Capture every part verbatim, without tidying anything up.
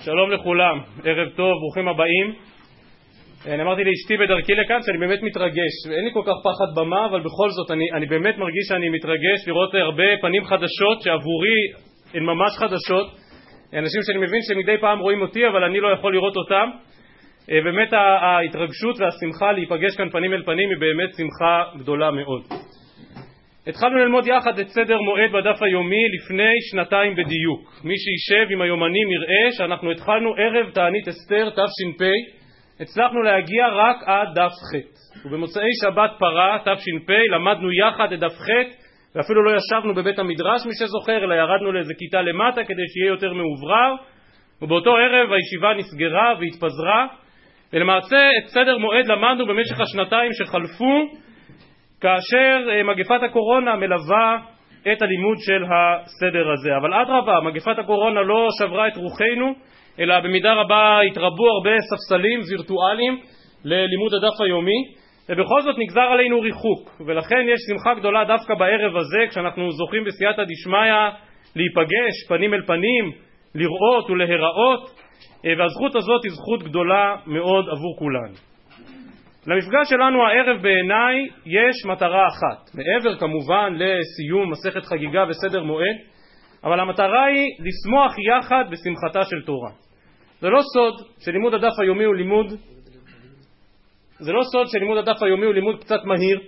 שלום לכולם, ערב טוב, ברוכים הבאים. אני אמרתי לאשתי בדרכי לכאן שאני באמת מתרגש, ואין לי כל כך פחד במה, אבל בכל זאת אני, אני באמת מרגיש שאני מתרגש לראות הרבה פנים חדשות שעבורי הן ממש חדשות, אנשים שאני מבין שמדי פעם רואים אותי אבל אני לא יכול לראות אותם. באמת ההתרגשות והשמחה להיפגש כאן פנים אל פנים היא באמת שמחה גדולה מאוד. התחלנו ללמוד יחד את סדר מועד בדף היומי לפני שנתיים בדיוק. מי שישב עם היומנים יראה שאנחנו התחלנו ערב תענית אסתר תש"פ, הצלחנו להגיע רק עד דף ח', ובמוצאי שבת פרה תש"פ למדנו יחד את דף ח', ואפילו לא ישבנו בבית המדרש מי שזוכר, אלא ירדנו לאיזה כיתה למטה כדי שיהיה יותר מעוברר, ובאותו ערב הישיבה נסגרה והתפזרה, ולמעשה את סדר מועד למדנו במשך השנתיים שחלפו, כאשר מגפת הקורונה מלווה את הלימוד של הסדר הזה. אבל אדרבה, מגפת הקורונה לא שברה את רוחנו, אלא במידה רבה התרבו הרבה ספסלים וירטואליים ללימוד הדף היומי, ובכל זאת נגזר עלינו ריחוק, ולכן יש שמחה גדולה דווקא בערב הזה, כשאנחנו זוכים בסייעתא דשמיא להיפגש פנים אל פנים, לראות ולהיראות, והזכות הזאת היא זכות גדולה מאוד עבור כולנו. למפגש שלנו הערב בעיניי יש מטרה אחת, מעבר כמובן לסיום מסכת חגיגה וסדר מועד, אבל המטרה היא לשמוח יחד בשמחתה של תורה. זה לא סוד שלימוד הדף היומי הוא לימוד זה לא סוד שלימוד הדף היומי הוא לימוד קצת מהיר,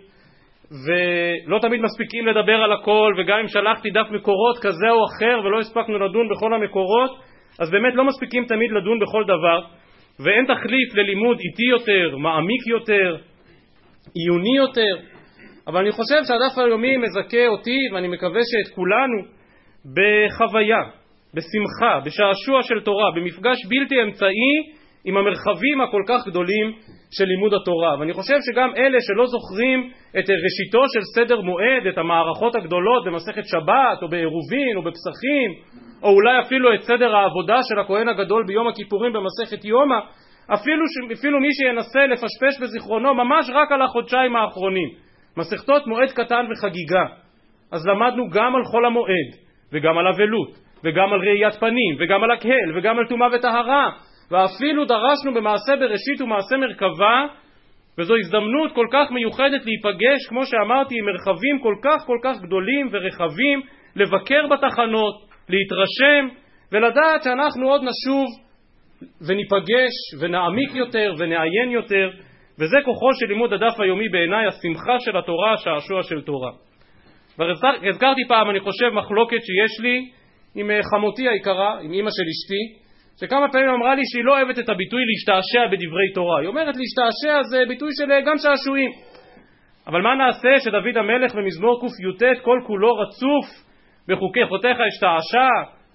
ולא תמיד מספיקים לדבר על הכל, וגם אם שלחתי דף מקורות כזה או אחר ולא הספקנו לדון בכל המקורות, אז באמת לא מספיקים תמיד לדון בכל דבר, ואין תחליף ללימוד איטי יותר, מעמיק יותר, עיוני יותר. אבל אני חושב שהדף היומי מזכה אותי, ואני מקווה שאת כולנו, בחוויה, בשמחה, בשעשוע של תורה, במפגש בלתי אמצעי עם המרחבים הכל כך גדולים של לימוד התורה. ואני חושב שגם אלה שלא זוכרים את ראשיתו של סדר מועד, את המערכות הגדולות במסכת שבת או בעירובין או בפסחים, או אולי אפילו את סדר העבודה של הכהן הגדול ביום הכיפורים במסכת יומא, אפילו, אפילו מי שינסה לפשפש בזיכרונו ממש רק על החודשיים האחרונים, מסכתות מועד קטן וחגיגה, אז למדנו גם על חול המועד, וגם על אבלות, וגם על ראיית פנים, וגם על הקהל, וגם על טומאה וטהרה, ואפילו דרשנו במעשה בראשית ומעשה מרכבה, וזו הזדמנות כל כך מיוחדת להיפגש, כמו שאמרתי, עם מרחבים כל כך כל כך גדולים ורחבים, לבקר בתחנות, להתרשם, ולדעת שאנחנו עוד נשוב וניפגש ונעמיק יותר ונעיין יותר, וזה כוחו של לימוד הדף היומי בעיניי, השמחה של התורה, השעשוע של תורה. והזכרתי פעם, אני חושב, מחלוקת שיש לי עם חמותי היקרה, עם אמא של אשתי, שכמה פעמים אמרה לי שהיא לא אוהבת את הביטוי להשתעשע בדברי תורה. היא אומרת להשתעשע זה ביטוי של גן שעשועים. אבל מה נעשה שדוד המלך במזמור ק"ט כל כולו רצוף בחוקי חותיך השתעשע,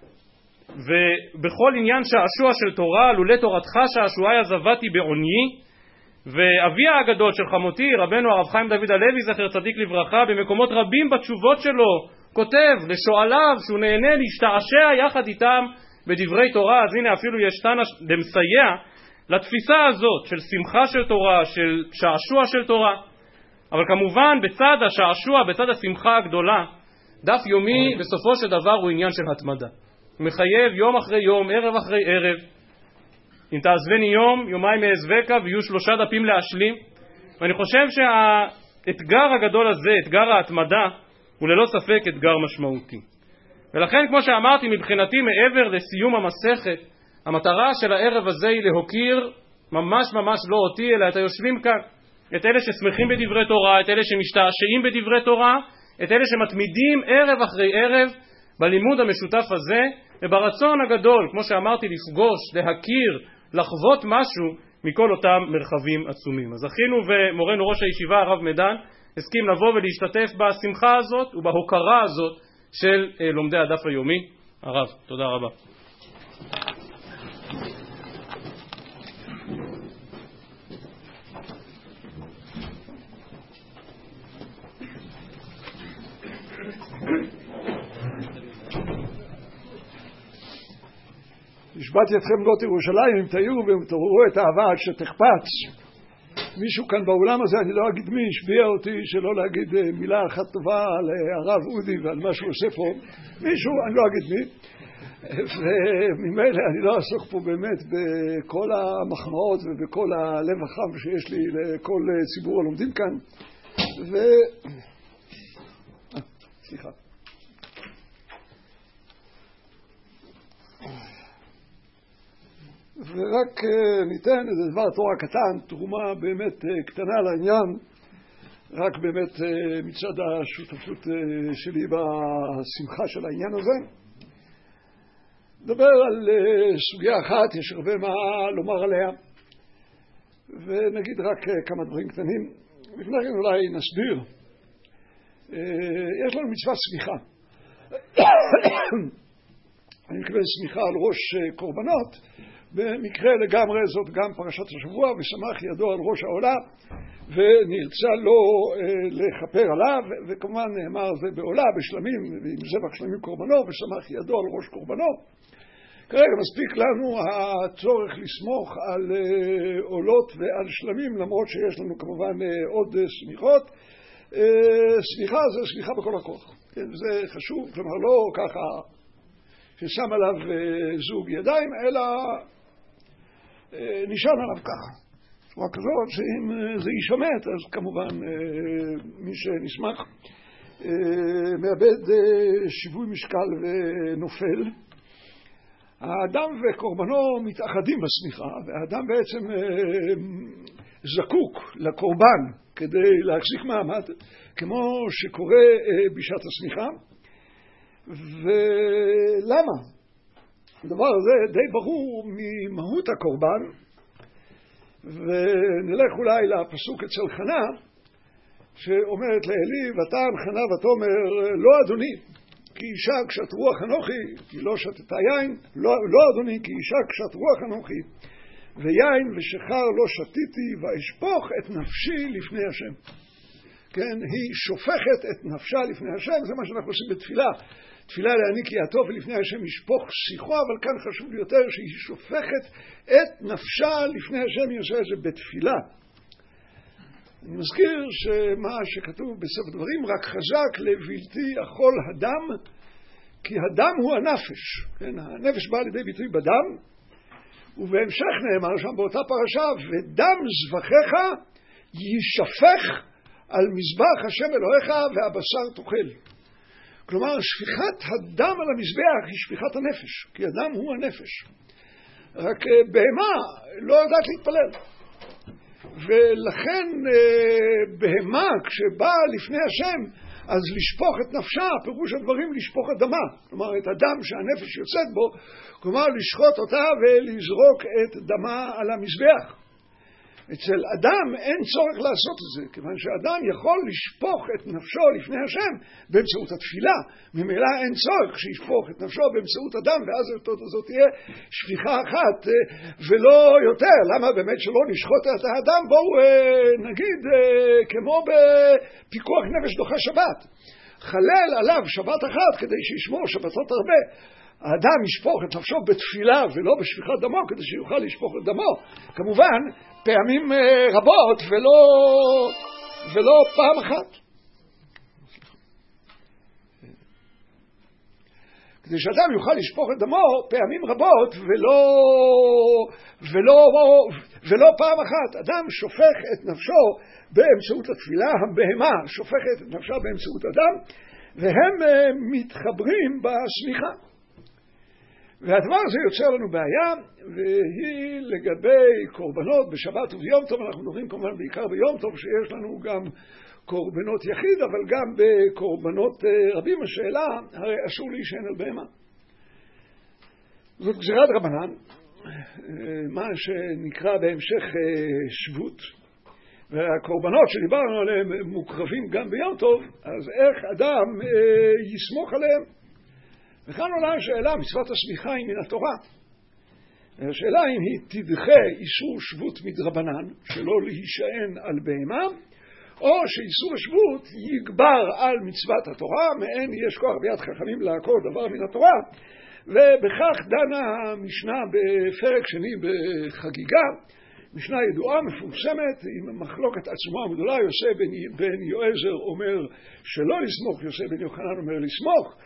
ובכל עניין שעשוע של תורה, לולא תורתך שעשועי עזבתי בעוניי. ואביה הגדול של חמותי, רבנו הרב חיים דוד הלוי זכר צדיק לברכה, במקומות רבים בתשובות שלו כותב לשואליו שהוא נהנה להשתעשע יחד איתם בדברי תורה. אז הנה אפילו יש תנא דמסייע לתפיסה הזאת של שמחה של תורה, של שעשוע של תורה. אבל כמובן בצד השעשוע, בצד השמחה הגדולה, דף יומי בסופו של דבר הוא עניין של התמדה. הוא מחייב יום אחרי יום, ערב אחרי ערב. אם תעזבני יום, יומיים אעזבך, ויהיו שלושה דפים להשלים. ואני חושב שהאתגר הגדול הזה, אתגר ההתמדה, הוא ללא ספק אתגר משמעותי. ולכן, כמו שאמרתי, מבחינתי מעבר לסיום המסכת, המטרה של הערב הזה היא להוקיר ממש ממש לא אותי, אלא את היושבים כאן, את אלה ששמחים בדברי תורה, את אלה שמשתעשעים בדברי תורה, את אלה שמתמידים ערב אחרי ערב בלימוד המשותף הזה, וברצון הגדול, כמו שאמרתי, לפגוש, להכיר, לחוות משהו מכל אותם מרחבים עצומים. אז זכינו, ומורנו ראש הישיבה הרב מדן הסכים לבוא ולהשתתף בשמחה הזאת ובהוקרה הזאת של לומדי הדף היומי. הרב, תודה רבה. השבעתי אתכם בנות ירושלים, אם תאירו ותעוררו את האהבה עד שתחפץ. מישהו כאן באולם הזה, אני לא אגיד מי, השביע אותי שלא להגיד מילה אחת טובה על הרב אודי ועל מה שהוא עושה פה. מישהו, אני לא אגיד מי. וממילא אני לא אעסוק פה באמת בכל המחמאות ובכל הלב החם שיש לי לכל ציבור הלומדים כאן. ו... סליחה. ורק ניתן איזה דבר תורה קטן, תרומה באמת קטנה לעניין, רק באמת מצד השותפות שלי בשמחה של העניין הזה. נדבר על סוגיה אחת, יש הרבה מה לומר עליה, ונגיד רק כמה דברים קטנים. לפני כן אולי נסביר. יש לנו מצוות סמיכה. אני מקבל סמיכה על ראש קורבנות, במקרה לגמרי זאת גם פרשת השבוע, ושמח ידו על ראש העולה, ונרצה לו לכפר עליו, וכמובן נאמר זה בעולה, בשלמים, ועם זבח שלמים קורבנו, ושמח ידו על ראש קורבנו. כרגע מספיק לנו הצורך לסמוך על עולות ועל שלמים, למרות שיש לנו כמובן עוד סמיכות. סמיכה זה סמיכה בכל הכוח. כן, זה חשוב, כלומר לא ככה ששם עליו זוג ידיים, אלא נשען עליו ככה. בצורה כזאת שאם זה יישמט, אז כמובן מי שנשמח מאבד שיווי משקל ונופל. האדם וקורבנו מתאחדים בסמיכה, והאדם בעצם זקוק לקורבן כדי להחזיק מעמד, כמו שקורה בשעת הסמיכה. ולמה? הדבר הזה די ברור ממהות הקורבן, ונלך אולי לפסוק אצל חנה, שאומרת לאלי, ותען חנה ותאמר, לא אדוני, כי אישה קשת רוח אנוכי, כי לא שתתה יין, לא, לא אדוני, כי אישה קשת רוח אנוכי, ויין ושחר לא שתיתי, ואשפוך את נפשי לפני השם. כן, היא שופכת את נפשה לפני השם, זה מה שאנחנו עושים בתפילה. תפילה להעניק יעתו ולפני השם ישפוך שיחו, אבל כאן חשוב ביותר שהיא שופכת את נפשה לפני השם, היא עושה את זה בתפילה. אני מזכיר שמה שכתוב בספר דברים, רק חזק לבלתי אכול הדם, כי הדם הוא הנפש. כן, הנפש באה לידי ביטוי בדם, ובהמשך נאמר שם באותה פרשה, ודם זבחיך יישפך על מזבח השם אלוהיך והבשר תאכל. כלומר, שפיכת הדם על המזבח היא שפיכת הנפש, כי הדם הוא הנפש. רק בהמה לא יודעת להתפלל. ולכן בהמה כשבאה לפני השם, אז לשפוך את נפשה, פירוש הדברים לשפוך את דמה. כלומר, את הדם שהנפש יוצאת בו, כלומר לשחוט אותה ולזרוק את דמה על המזבח. אצל אדם אין צורך לעשות את זה, כיוון שאדם יכול לשפוך את נפשו לפני השם באמצעות התפילה. ממילא אין צורך שישפוך את נפשו באמצעות אדם, ואז זאת תהיה שפיכה אחת ולא יותר. למה באמת שלא נשחוט את האדם? בואו נגיד כמו בפיקוח נפש דוחה שבת. חלל עליו שבת אחת כדי שישמור שבתות הרבה. האדם ישפוך את נפשו בתפילה ולא בשפיכת דמו, כדי שיוכל לשפוך את דמו. כמובן, פעמים רבות ולא, ולא פעם אחת. כדי שאדם יוכל לשפוך את דמו פעמים רבות ולא, ולא, ולא פעם אחת. אדם שופך את נפשו באמצעות התפילה, הבהמה שופכת את נפשה באמצעות אדם, והם מתחברים בסמיכה. והדבר הזה יוצר לנו בעיה, והיא לגבי קורבנות בשבת וביום טוב. אנחנו מדברים כמובן בעיקר ביום טוב, שיש לנו גם קורבנות יחיד, אבל גם בקורבנות רבים. השאלה, הרי אסור להישען על בהמה. זאת גזירת רבנן, מה שנקרא בהמשך שבות, והקורבנות שדיברנו עליהם מוקרבים גם ביום טוב, אז איך אדם יסמוך עליהם? וכאן עולה השאלה, מצוות הסמיכה היא מן התורה. השאלה אם היא תדחה איסור שבות מדרבנן, שלא להישען על בהמה, או שאיסור השבות יגבר על מצוות התורה, מעין יש כוח ביד חכמים לעקור דבר מן התורה, ובכך דנה המשנה בפרק שני בחגיגה, משנה ידועה מפורסמת עם מחלוקת עצומה וגדולה. יוסף בן, בן יועזר אומר שלא לסמוך, יוסף בן יוחנן אומר לסמוך.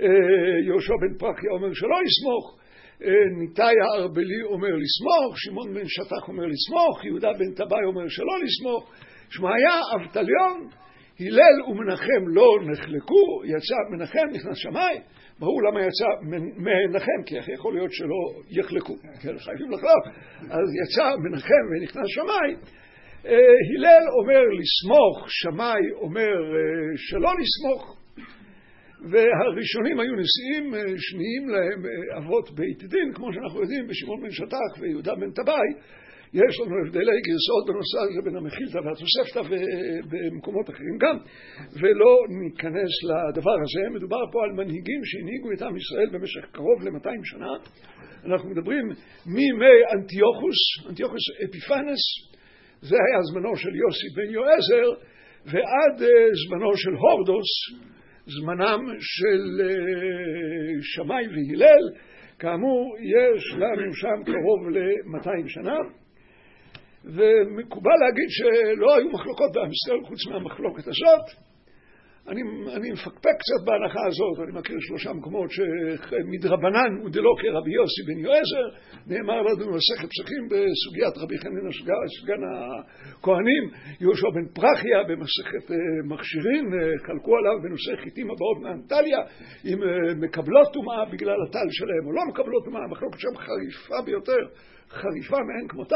יהושע בן פרחיה אומר שלא יסמוך, ניתאי הארבלי אומר לסמוך, שמעון בן שטח אומר לסמוך, יהודה בן טבעי אומר שלא לסמוך, שמעיה, אבטליון, הלל ומנחם לא נחלקו, יצא מנחם נכנס שמאי, ברור למה יצא מנחם, כי יכול להיות שלא יחלקו, כן, חייבים לחלוק, אז יצא מנחם ונכנס שמאי, הלל אומר לסמוך, שמאי אומר שלא לסמוך, והראשונים היו נשיאים, שניים להם אבות בית דין, כמו שאנחנו יודעים בשמעון בן שטח ויהודה בן טבעי. יש לנו הבדלי גרסאות בנושא הזה בין המחילתא והתוספתא ובמקומות אחרים גם, ולא ניכנס לדבר הזה. מדובר פה על מנהיגים שהנהיגו את עם ישראל במשך קרוב ל-מאתיים שנה. אנחנו מדברים מימי אנטיוכוס, אנטיוכוס אפיפנס, זה היה זמנו של יוסי בן יועזר, ועד זמנו של הורדוס, זמנם של שמאי והלל. כאמור, יש לנו שם קרוב ל-מאתיים שנה, ומקובל להגיד שלא היו מחלוקות בעם ישראל חוץ מהמחלוקת הזאת. אני, אני מפקפק קצת בהנחה הזאת. אני מכיר שלושה מקומות שמדרבנן ודלא כרבי יוסי בן יועזר, נאמר לנו מסכת פסחים בסוגיית רבי חנינא סגן הכהנים, יהושע בן פרחיה במסכת מכשירין, חלקו עליו בנושא חיטים הבאות מאנטליה, אם מקבלות טומאה בגלל הטל שלהם או לא מקבלות טומאה. המחלוקת שם חריפה ביותר, חריפה מאין כמותה.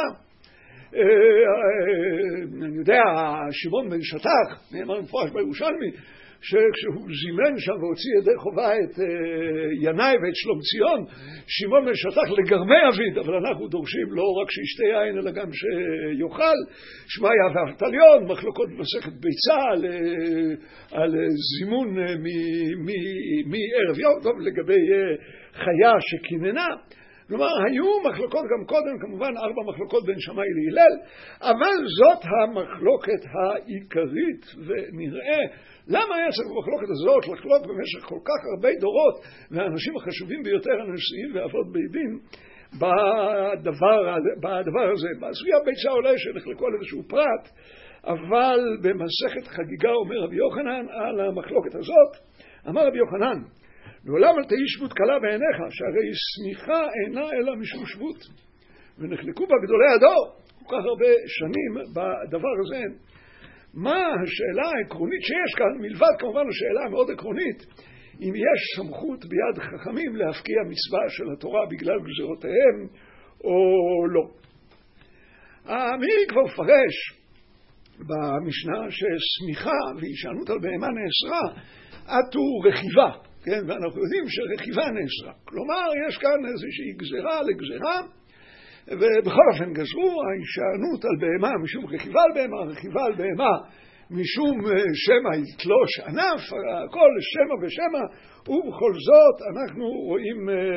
אני יודע, שמעון בן שטח, נאמר מפורש בירושלמי, שכשהוא זימן שם והוציא ידי חובה את ינאי ואת שלום ציון, שמעון בן שטח לגרמי אביד, אבל אנחנו דורשים לא רק שישתה יין אלא גם שיאכל. שמעיה ואבטליון, מחלוקות במסכת ביצה על, על זימון מערב יום טוב לגבי חיה שקיננה. כלומר, היו מחלוקות גם קודם, כמובן ארבע מחלוקות בין שמאי להלל, אבל זאת המחלוקת העיקרית, ונראה למה היה צריך במחלוקת הזאת לחלוק במשך כל כך הרבה דורות, והאנשים החשובים ביותר, הנשיאים ואבות בית דין, בדבר, בדבר הזה. בסוגיה ביצה עולה שנחלקו על איזשהו פרט, אבל במסכת חגיגה אומר רבי יוחנן על המחלוקת הזאת, אמר רבי יוחנן, לעולם אל תהי שבות קלה בעיניך, שהרי שמיכה אינה אלא משום שבות. ונחלקו בה גדולי הדור, כל כך הרבה שנים בדבר הזה. מה השאלה העקרונית שיש כאן, מלבד כמובן השאלה המאוד עקרונית, אם יש סמכות ביד חכמים להפקיע מצווה של התורה בגלל גזירותיהם או לא. מי כבר פרש במשנה ששמיכה והישענות על בהמה נאסרה, עטו רכיבה. כן, ואנחנו יודעים שרכיבה נאסרה. כלומר, יש כאן איזושהי גזירה לגזירה, ובכל אופן גזרו, ההישענות על בהמה משום רכיבה על בהמה, רכיבה על בהמה משום שמא יתלוש ענף, הכל שמא ושמא, ובכל זאת אנחנו רואים אה,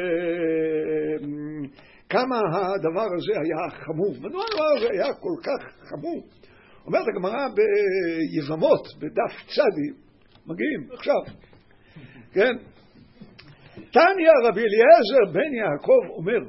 כמה הדבר הזה היה חמור. מדוע הדבר הזה היה כל כך חמור? אומרת הגמרא ביבמות, בדף צדי, מגיעים עכשיו, כן? תניא רבי אליעזר בן יעקב אומר,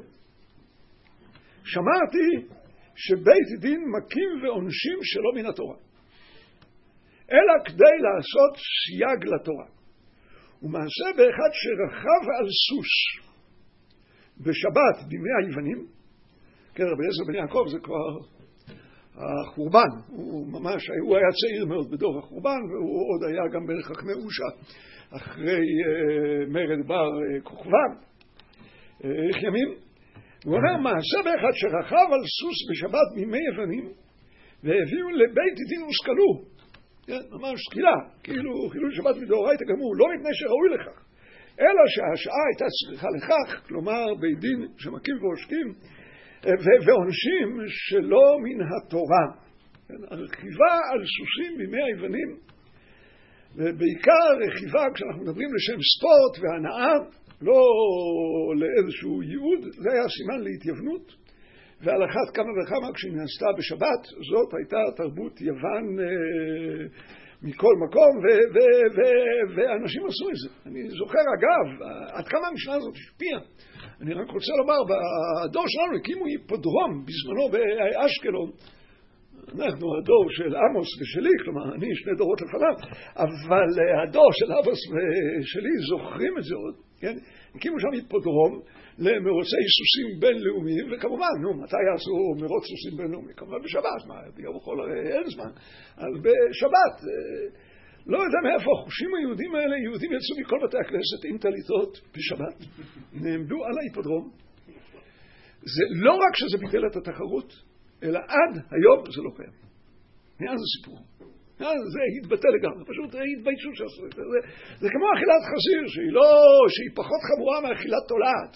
שמעתי שבית דין מכים ועונשים שלא מן התורה, אלא כדי לעשות סייג לתורה. ומעשה באחד שרכב על סוס בשבת בימי היוונים, כן, רבי אליעזר בן יעקב זה כבר החורבן, הוא ממש, הוא היה צעיר מאוד בדור החורבן, והוא עוד היה גם בין חכמי אושה אחרי מרד בר כוכבא, איך ימים. הוא אומר, מעשה באחד שרכב על סוס בשבת בימי יוונים, והביאו לבית דין וסקלו, כן, ממש סקילה, כאילו חילול שבת מדאורייתא גמור, לא מפני שראוי לכך, אלא שהשעה הייתה צריכה לכך, כלומר בית דין שמכים ועושקים, ועונשים שלא מן התורה. הרכיבה על סוסים בימי היוונים, ובעיקר רכיבה כשאנחנו מדברים לשם ספורט והנאה, לא לאיזשהו ייעוד, זה היה סימן להתייוונות, ועל אחת כמה וכמה כשהיא נעשתה בשבת, זאת הייתה תרבות יוון אה, מכל מקום, ו- ו- ו- ואנשים עשו את זה. אני זוכר אגב, עד כמה המשנה הזאת השפיעה. אני רק רוצה לומר, בדור שלנו הקימו היפודרום בזמנו באשקלון, אנחנו הדור של עמוס ושלי, כלומר אני שני דורות לפניו, אבל הדור של עמוס ושלי זוכרים את זה עוד, כן? הקימו שם היפודרום למרוצי סוסים בינלאומיים, וכמובן, נו, מתי יעשו מרוץ סוסים בינלאומי? כמובן בשבת, מה, ביום חול הרי אין זמן, אז בשבת, לא יודע מאיפה החושים היהודים האלה, יהודים יצאו מכל בתי הכנסת עם טליתות בשבת, נעמדו על ההיפודרום. זה לא רק שזה ביטל את התחרות, אלא עד היום זה לא קיים. מאז הסיפור. מאז זה התבטא לגמרי, פשוט התביישו שעשו את זה. זה. זה כמו אכילת חזיר, שהיא לא, שהיא פחות חמורה מאכילת תולעת,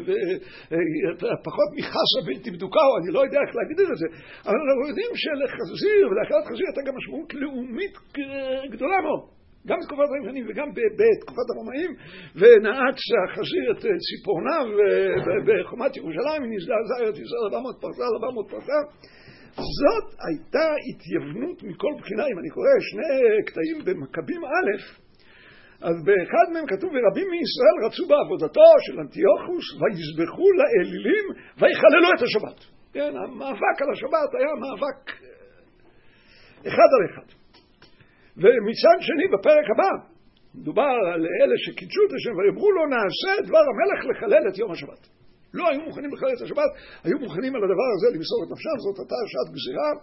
ופחות מחסה בלתי בדוקה, או אני לא יודע איך להגיד את זה. אבל אנחנו יודעים שלחזיר ולאכילת חזיר הייתה גם משמעות לאומית גדולה מאוד. גם בתקופת היוונים וגם בתקופת הרומאים, ונעץ החזיר את ציפורניו בחומת ירושלים, נזדעזע ארץ ישראל ארבע מאות פרסה, ארבע מאות פרסה. זאת הייתה התייוונות מכל בחינה. אם אני קורא שני קטעים במכבים א', אז באחד מהם כתוב, ורבים מישראל רצו בעבודתו של אנטיוכוס, ויזבחו לאלילים, ויחללו את השבת. כן, המאבק על השבת היה מאבק אחד על אחד. ומצד שני, בפרק הבא, מדובר על אלה שקידשו את השם, ויאמרו לו, נעשה דבר המלך לחלל את יום השבת. לא היו מוכנים לחלל את השבת, היו מוכנים על הדבר הזה למסור את נפשם, זאת הייתה שעת גזירה.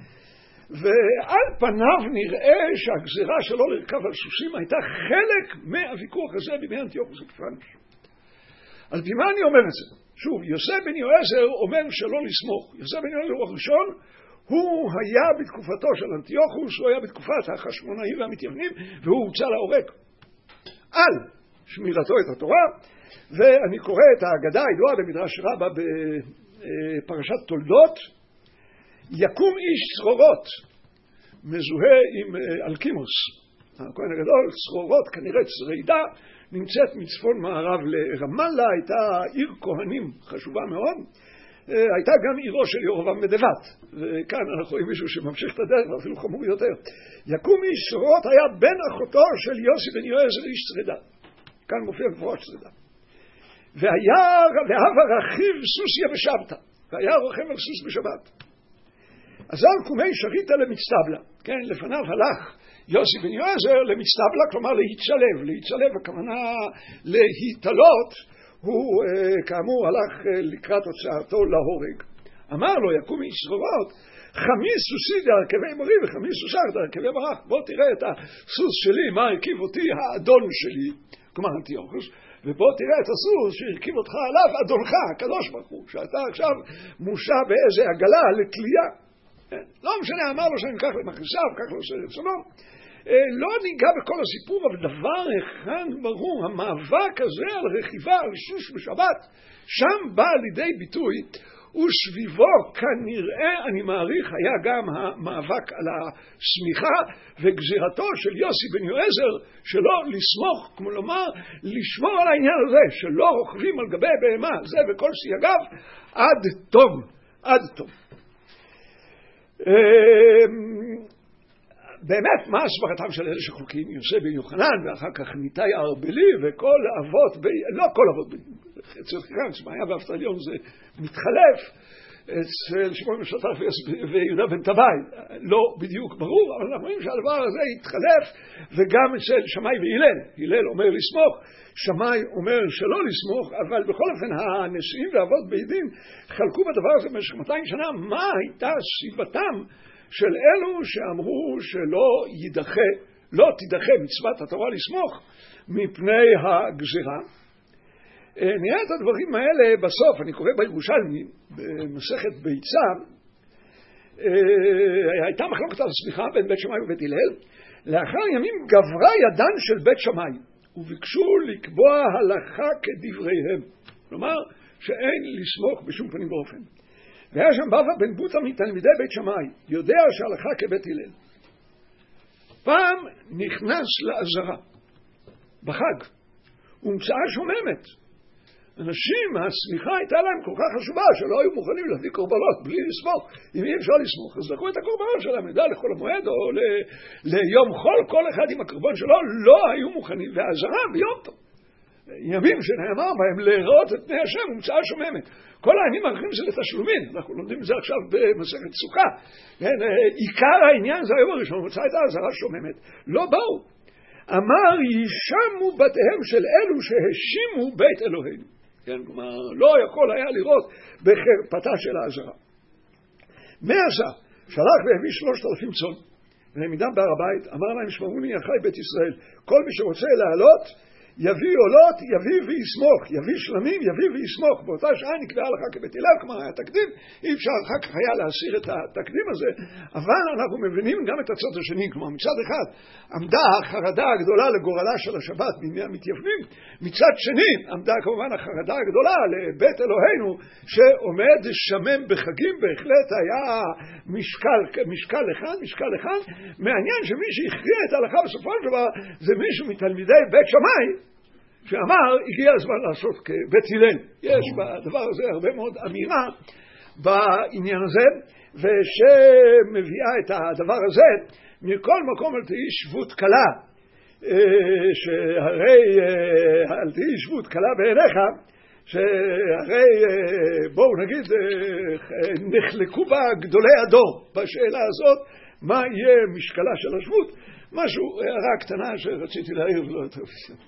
ועל פניו נראה שהגזירה שלו לרכב על סוסים הייתה חלק מהוויכוח הזה בימי אנטיוכוס אפיפנס. על פי מה אני אומר את זה? שוב, יוסף בן יועזר אומר שלא לסמוך. יוסף בן יועזר הוא הראשון, הוא היה בתקופתו של אנטיוכוס, הוא היה בתקופת החשמונאים והמתייוונים, והוא הוצא להורג על שמירתו את התורה. ואני קורא את ההגדה הידועה במדרש רבה בפרשת תולדות. יקום איש צרורות מזוהה עם אלקימוס, הכהן הגדול. צרורות כנראה צרידה, נמצאת מצפון מערב לרמאללה, הייתה עיר כהנים חשובה מאוד. הייתה גם עירו של ירבעם בנבט, וכאן אנחנו רואים מישהו שממשיך את הדרך ואפילו חמור יותר. יקום איש צרורות היה בן אחותו של יוסי בן יועזר איש צרידה, כאן מופיע מפורש צרידה. והיה להבה רכיב סוסיה בשבתא, והיה רוכב על סוס בשבת. אזל קומי שריתא למצטבלה, כן, לפניו הלך יוסי בן יועזר למצטבלה, כלומר להצלב. להצלב הכוונה להתעלות, הוא כאמור הלך לקראת הוצאתו להורג. אמר לו יקום איש צרורות, חמיס סוסי דרכבי מרי וחמיס סוסך דרכבי ברח. בוא תראה את הסוס שלי, מה הרכיב אותי האדון שלי, כלומר אנטיוכוס, ובוא תראה את הסוס שהרכיב אותך עליו אדונך, הקדוש ברוך הוא, שאתה עכשיו מושע באיזה עגלה לתלייה. לא משנה, אמר לו שאני אקח למכנסיו, כך לו עושה רצונו. לא ניגע בכל הסיפור, אבל דבר אחד ברור, המאבק הזה על רכיבה, על סוס בשבת, שם בא לידי ביטוי, וסביבו כנראה, אני מעריך, היה גם המאבק על הסמיכה וגזירתו של יוסי בן יועזר, שלא לסמוך, כמו לומר, לשמור על העניין הזה, שלא רוכבים על גבי בהמה, זה וכל סייגיו, עד תום, עד תום. באמת, מה הסברתם של אלה שחולקים? יוסף בן יוחנן, ואחר כך ניתאי הארבלי, וכל אבות, ב... לא כל אבות, אצל חירן, שמעיה ואבטליון זה מתחלף, אצל שמעון משותף ויהודה בן טבעי, לא בדיוק ברור, אבל אנחנו רואים שהדבר הזה התחלף, וגם אצל שמאי והילל. הילל אומר לסמוך, שמאי אומר שלא לסמוך, אבל בכל אופן הנשיאים ואבות בית דין חלקו בדבר הזה במשך מאתיים שנה. מה הייתה סיבתם של אלו שאמרו שלא יידחה, לא תידחה מצוות התורה לסמוך מפני הגזירה? נראה את הדברים האלה בסוף. אני קורא בירושלמי, במסכת ביצה, הייתה מחלוקת על הסמיכה בין בית שמאי ובית הלל. לאחר ימים גברה ידן של בית שמאי, וביקשו לקבוע הלכה כדבריהם. כלומר, שאין לסמוך בשום פנים באופן. והיה שם בבא בן בוטה מתלמידי בית שמאי, יודע שהלכה כבית הלל. פעם נכנס לעזרה, בחג, ומצאה שוממת. אנשים, הסמיכה הייתה להם כל כך חשובה, שלא היו מוכנים להביא קורבנות בלי לסמוך. אם אי אפשר לסמוך, אז לקחו את הקורבנות שלהם, נדע לכל המועד, או ל- ליום חול, כל אחד עם הקורבן שלו, לא היו מוכנים, והעזרה ביום טוב. ימים שנאמר בהם לראות את פני השם ומצאה שוממת. כל הימים האחרים זה לתשלומים, אנחנו לומדים את זה עכשיו במסכת סוכה. עיקר העניין זה היום הראשון, מצאה את האזהרה שוממת, לא באו. אמר ישמו בתיהם של אלו שהשימו בית אלוהינו. כן, כלומר, לא יכול היה לראות בחרפתה של האזהרה. מה עשה? שלח והביא שלושת אלפים צאן, והעמידם בהר הבית, אמר להם שמעוני אחי בית ישראל, כל מי שרוצה לעלות, יביא עולות, יביא ויסמוך, יביא שלמים, יביא ויסמוך. באותה שעה נקבעה הלכה כבית הלל, כלומר היה תקדים, אי אפשר אחר כך היה להסיר את התקדים הזה, אבל אנחנו מבינים גם את הצד השני, כלומר מצד אחד עמדה החרדה הגדולה לגורלה של השבת בימי המתייוונים, מצד שני עמדה כמובן החרדה הגדולה לבית אלוהינו שעומד שמם בחגים, בהחלט היה משקל, משקל אחד, משקל אחד. מעניין שמי שהכריע את ההלכה בסופו של דבר זה מישהו מתלמידי בית שמאי שאמר הגיע הזמן לעשות כבית הלל. יש בדבר הזה הרבה מאוד אמירה בעניין הזה, ושמביאה את הדבר הזה מכל מקום על תהי שבות קלה, שהרי על תהי שבות קלה בעיניך, שהרי בואו נגיד נחלקו בה גדולי הדור בשאלה הזאת מה יהיה משקלה של השבות. משהו, הערה קטנה שרציתי להעיר ולא יותר בסדר.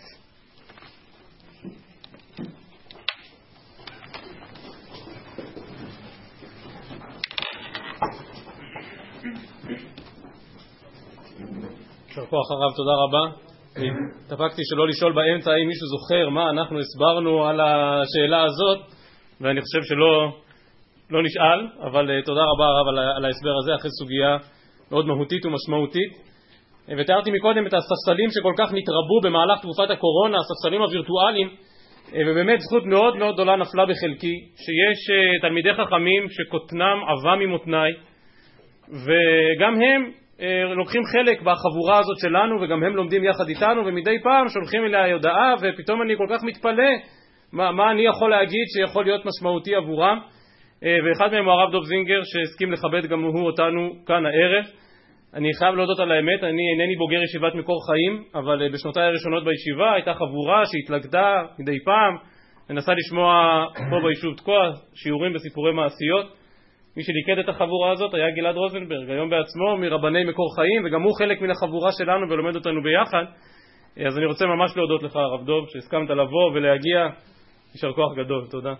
שרקו אחריו, תודה רבה. התאפקתי שלא לשאול באמצע האם מישהו זוכר מה אנחנו הסברנו על השאלה הזאת, ואני חושב שלא לא נשאל, אבל תודה רבה הרב על, על ההסבר הזה, אחרי סוגיה מאוד מהותית ומשמעותית. ותיארתי מקודם את הספסלים שכל כך נתרבו במהלך תקופת הקורונה, הספסלים הווירטואליים, ובאמת זכות מאוד מאוד גדולה נפלה בחלקי, שיש תלמידי חכמים שקוטנם עבה ממותניי, וגם הם לוקחים חלק בחבורה הזאת שלנו, וגם הם לומדים יחד איתנו, ומדי פעם שולחים אליה הודעה, ופתאום אני כל כך מתפלא מה, מה אני יכול להגיד שיכול להיות משמעותי עבורם. ואחד מהם הוא הרב דוב זינגר, שהסכים לכבד גם הוא אותנו כאן הערב. אני חייב להודות על האמת, אני אינני בוגר ישיבת מקור חיים, אבל בשנותיי הראשונות בישיבה הייתה חבורה שהתלכדה מדי פעם, מנסה לשמוע פה ביישוב תקוע שיעורים בסיפורי מעשיות. מי שליקד את החבורה הזאת היה גלעד רוזנברג, היום בעצמו מרבני מקור חיים, וגם הוא חלק מן החבורה שלנו ולומד אותנו ביחד. אז אני רוצה ממש להודות לך הרב דוב שהסכמת לבוא ולהגיע. יישר כוח גדול, תודה.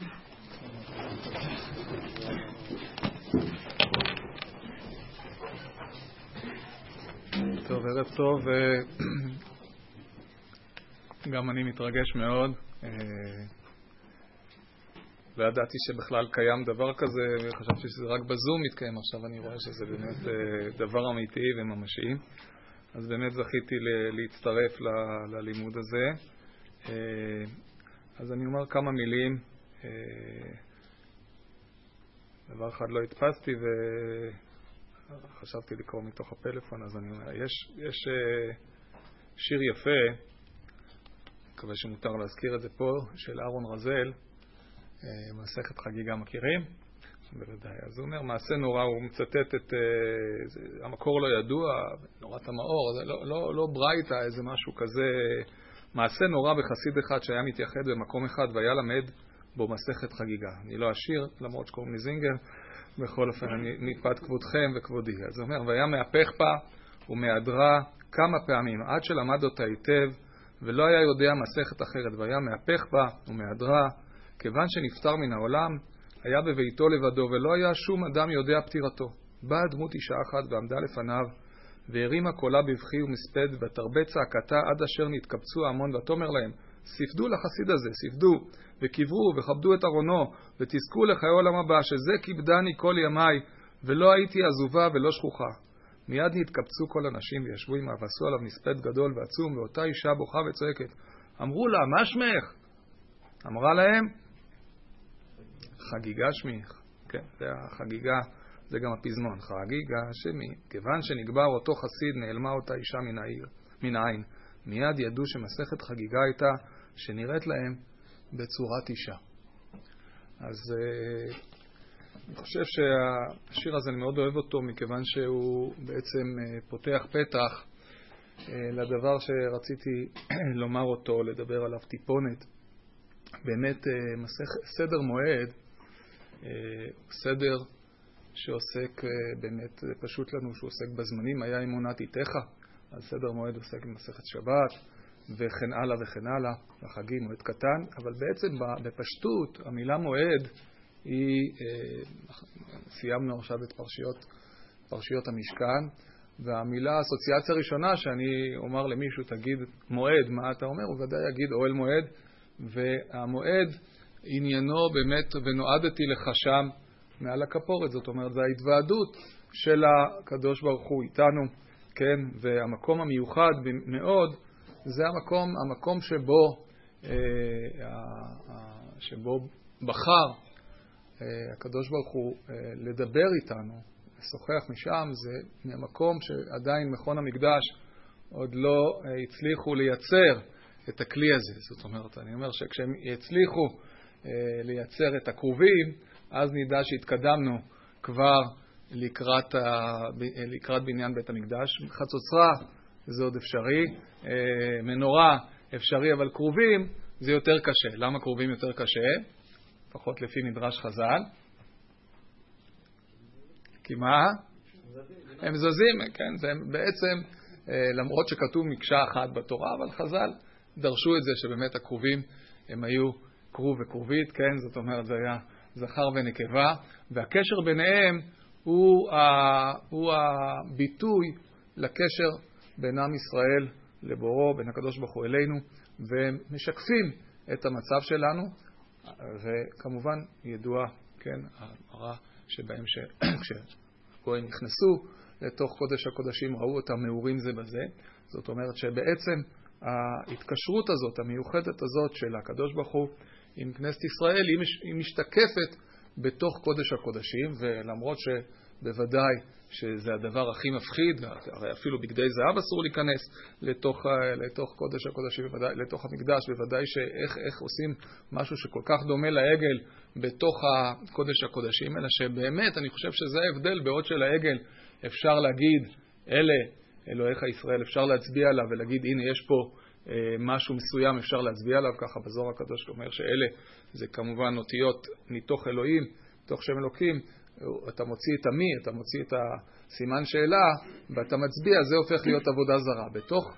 טוב, ערב טוב, גם אני מתרגש מאוד. לא ידעתי שבכלל קיים דבר כזה, וחשבתי שזה רק בזום מתקיים. עכשיו אני רואה שזה באמת דבר אמיתי וממשי. אז באמת זכיתי להצטרף ללימוד הזה. אז אני אומר כמה מילים. דבר אחד לא הדפסתי וחשבתי לקרוא מתוך הפלאפון, אז אני אומר, יש, יש שיר יפה, מקווה שמותר להזכיר את זה פה, של אהרון רזל, מסכת חגיגה, מכירים? בוודאי. אז הוא אומר, מעשה נורא, הוא מצטט את, זה, המקור לא ידוע, נורת המאור, זה לא, לא, לא ברייתא, איזה משהו כזה, מעשה נורא בחסיד אחד שהיה מתייחד במקום אחד והיה למד בו מסכת חגיגה. אני לא אשיר, למרות שקוראים לי זינגר, בכל אופן, אני מפאת כבודכם וכבודי. אז הוא אומר, והיה מהפך בה ומהדרה כמה פעמים, עד שלמד אותה היטב, ולא היה יודע מסכת אחרת, והיה מהפך בה ומהדרה, כיוון שנפטר מן העולם, היה בביתו לבדו, ולא היה שום אדם יודע פטירתו. באה דמות אישה אחת ועמדה לפניו, והרימה קולה בבכי ומספד, ותרבה צעקתה עד אשר נתקבצו ההמון, ותאמר להם, ספדו לחסיד הזה, ספדו, וכיברו וכבדו את ארונו, ותזכו לחיי עולם הבא, שזה כיבדני כל ימיי, ולא הייתי עזובה ולא שכוחה. מיד נתקבצו כל אנשים וישבו עמה, ועשו עליו מספד גדול ועצום, ואותה אישה בוכה וצועקת. אמרו לה, מה שמך? אמרה להם, חגיגה שמך. כן, זה החגיגה, זה גם הפזמון, חגיגה שמי. כיוון שנגבר אותו חסיד, נעלמה אותה אישה מן העיר, מן העין. מיד ידעו שמסכת חגיגה הייתה שנראית להם בצורת אישה. אז uh, אני חושב שהשיר הזה אני מאוד אוהב אותו, מכיוון שהוא בעצם uh, פותח פתח לדבר שרציתי לומר אותו, לדבר עליו טיפונת. באמת סדר מועד, סדר שעוסק, באמת פשוט לנו שהוא עוסק בזמנים, היה אמונת איתך, אז סדר מועד עוסק במסכת שבת, וכן הלאה וכן הלאה, החגים מועד קטן, אבל בעצם בפשטות המילה מועד היא, סיימנו עכשיו את פרשיות, פרשיות המשכן, והמילה, האסוציאציה הראשונה שאני אומר למישהו, תגיד מועד, מה אתה אומר? הוא ודאי יגיד אוהל מועד, והמועד עניינו באמת, ונועדתי לך שם מעל הכפורת, זאת אומרת, זה ההתוועדות של הקדוש ברוך הוא איתנו, כן? והמקום המיוחד מאוד, זה המקום, המקום שבו, שבו בחר הקדוש ברוך הוא לדבר איתנו, לשוחח משם, זה מהמקום שעדיין מכון המקדש עוד לא הצליחו לייצר את הכלי הזה. זאת אומרת, אני אומר שכשהם יצליחו לייצר את הקרובים, אז נדע שהתקדמנו כבר לקראת, לקראת בניין בית המקדש. חצוצרה זה עוד אפשרי, מנורה אפשרי, אבל קרובים זה יותר קשה. למה קרובים יותר קשה? לפחות לפי מדרש חז"ל. כי מה? הם זזים, כן, זה בעצם, למרות שכתוב מקשה אחת בתורה, אבל חז"ל דרשו את זה שבאמת הקרובים הם היו קרוב וקרובית, כן, זאת אומרת זה היה זכר ונקבה, והקשר ביניהם הוא, ה, הוא הביטוי לקשר בין עם ישראל לבורו, בין הקדוש ברוך הוא אלינו, ומשקפים את המצב שלנו, וכמובן ידוע, כן, ההראה שבהם כשגויים נכנסו לתוך קודש הקודשים, ראו אותם מאורים זה בזה. זאת אומרת שבעצם ההתקשרות הזאת, המיוחדת הזאת של הקדוש ברוך הוא עם כנסת ישראל, היא משתקפת בתוך קודש הקודשים, ולמרות שבוודאי שזה הדבר הכי מפחיד, הרי אפילו בגדי זהב אסור להיכנס לתוך, לתוך קודש הקודשים, בוודאי, לתוך המקדש, בוודאי שאיך איך עושים משהו שכל כך דומה לעגל בתוך הקודש הקודשים, אלא שבאמת אני חושב שזה ההבדל, בעוד שלעגל אפשר להגיד, אלה אלוהיך ישראל, אפשר להצביע עליו ולהגיד, הנה יש פה אה, משהו מסוים, אפשר להצביע עליו, ככה בזוהר הקדוש אומר שאלה זה כמובן אותיות מתוך אלוהים, מתוך שם אלוקים, אתה מוציא את המי, אתה מוציא את הסימן שאלה, ואתה מצביע, זה הופך להיות עבודה זרה. בתוך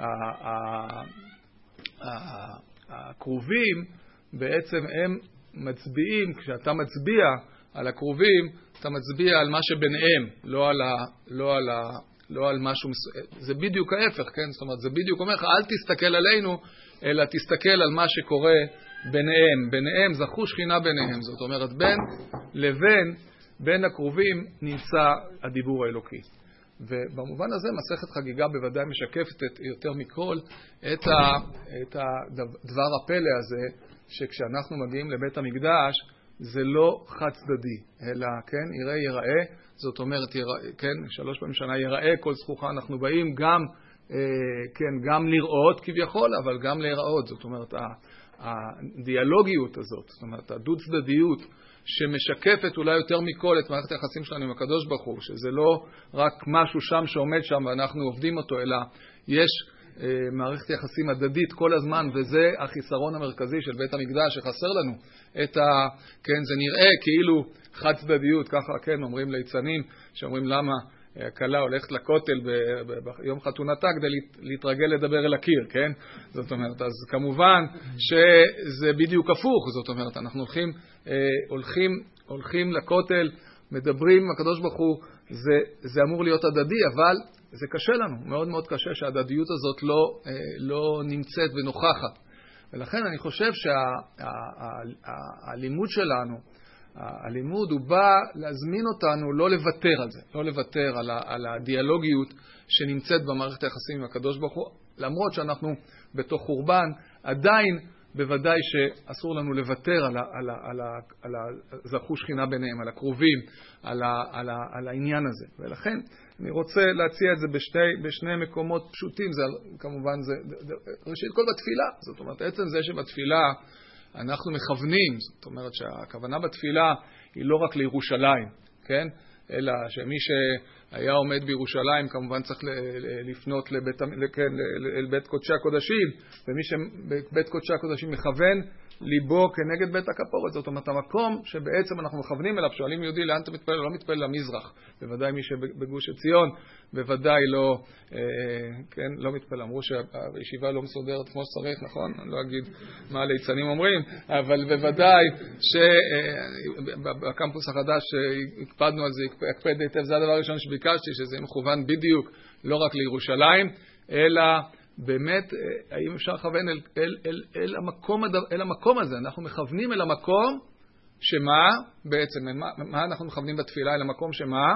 הקרובים, בעצם הם מצביעים, כשאתה מצביע על הקרובים, אתה מצביע על מה שביניהם, לא על, ה, לא על, ה, לא על משהו, זה בדיוק ההפך, כן? זאת אומרת, זה בדיוק אומר לך, אל תסתכל עלינו, אלא תסתכל על מה שקורה ביניהם. ביניהם, זכו שכינה ביניהם. זאת אומרת, בין לבין, בין הקרובים נמצא הדיבור האלוקי. ובמובן הזה, מסכת חגיגה בוודאי משקפת את, יותר מכל את, ה, את הדבר הפלא הזה, שכשאנחנו מגיעים לבית המקדש, זה לא חד צדדי, אלא, כן, יראה יראה, זאת אומרת, יראה, כן, שלוש פעמים שנה יראה כל זכוכה, אנחנו באים גם, אה, כן, גם לראות כביכול, אבל גם להיראות, זאת אומרת, הדיאלוגיות הזאת, זאת אומרת, הדוד צדדיות, שמשקפת אולי יותר מכל את מערכת היחסים שלנו עם הקדוש ברוך הוא, שזה לא רק משהו שם שעומד שם ואנחנו עובדים אותו, אלא יש מערכת יחסים הדדית כל הזמן, וזה החיסרון המרכזי של בית המקדש שחסר לנו. את ה, כן, זה נראה כאילו חד צדדיות, ככה כן אומרים ליצנים, שאומרים למה הכלה הולכת לכותל ביום חתונתה כדי להתרגל לדבר אל הקיר, כן? זאת אומרת, אז כמובן שזה בדיוק הפוך, זאת אומרת, אנחנו הולכים, הולכים, הולכים לכותל, מדברים עם הקדוש ברוך הוא, זה, זה אמור להיות הדדי, אבל זה קשה לנו, מאוד מאוד קשה שההדדיות הזאת לא, לא נמצאת ונוכחת. ולכן אני חושב שהלימוד שלנו, הלימוד הוא בא להזמין אותנו לא לוותר על זה, לא לוותר על, ה, על הדיאלוגיות שנמצאת במערכת היחסים עם הקדוש ברוך הוא, למרות שאנחנו בתוך חורבן, עדיין בוודאי שאסור לנו לוותר על, ה, על, ה, על, ה, על הזכו שכינה ביניהם, על הקרובים, על, ה, על, ה, על העניין הזה. ולכן אני רוצה להציע את זה בשני, בשני מקומות פשוטים, זה כמובן, זה, ראשית כל בתפילה, זאת אומרת, עצם זה שבתפילה אנחנו מכוונים, זאת אומרת שהכוונה בתפילה היא לא רק לירושלים, כן? אלא שמי היה עומד בירושלים, כמובן צריך לפנות לבית, כן, לבית קודשי הקודשים, ומי שבית קודשי הקודשים מכוון ליבו כנגד בית הכפורת. זאת אומרת, המקום שבעצם אנחנו מכוונים אליו, שואלים יהודי לאן אתה מתפלל, לא מתפלל למזרח. בוודאי מי שבגוש עציון, בוודאי לא, אה, כן, לא מתפלל. אמרו שהישיבה לא מסודרת כמו שצריך, נכון? אני לא אגיד מה הליצנים אומרים, אבל בוודאי שבקמפוס החדש הקפדנו על זה, הקפד היטב, זה הדבר הראשון שביקשתי, שזה מכוון בדיוק לא רק לירושלים, אלא באמת, האם אפשר לכוון אל, אל, אל, אל, המקום, אל המקום הזה? אנחנו מכוונים אל המקום שמה, בעצם, מה, מה אנחנו מכוונים בתפילה? אל המקום שמה?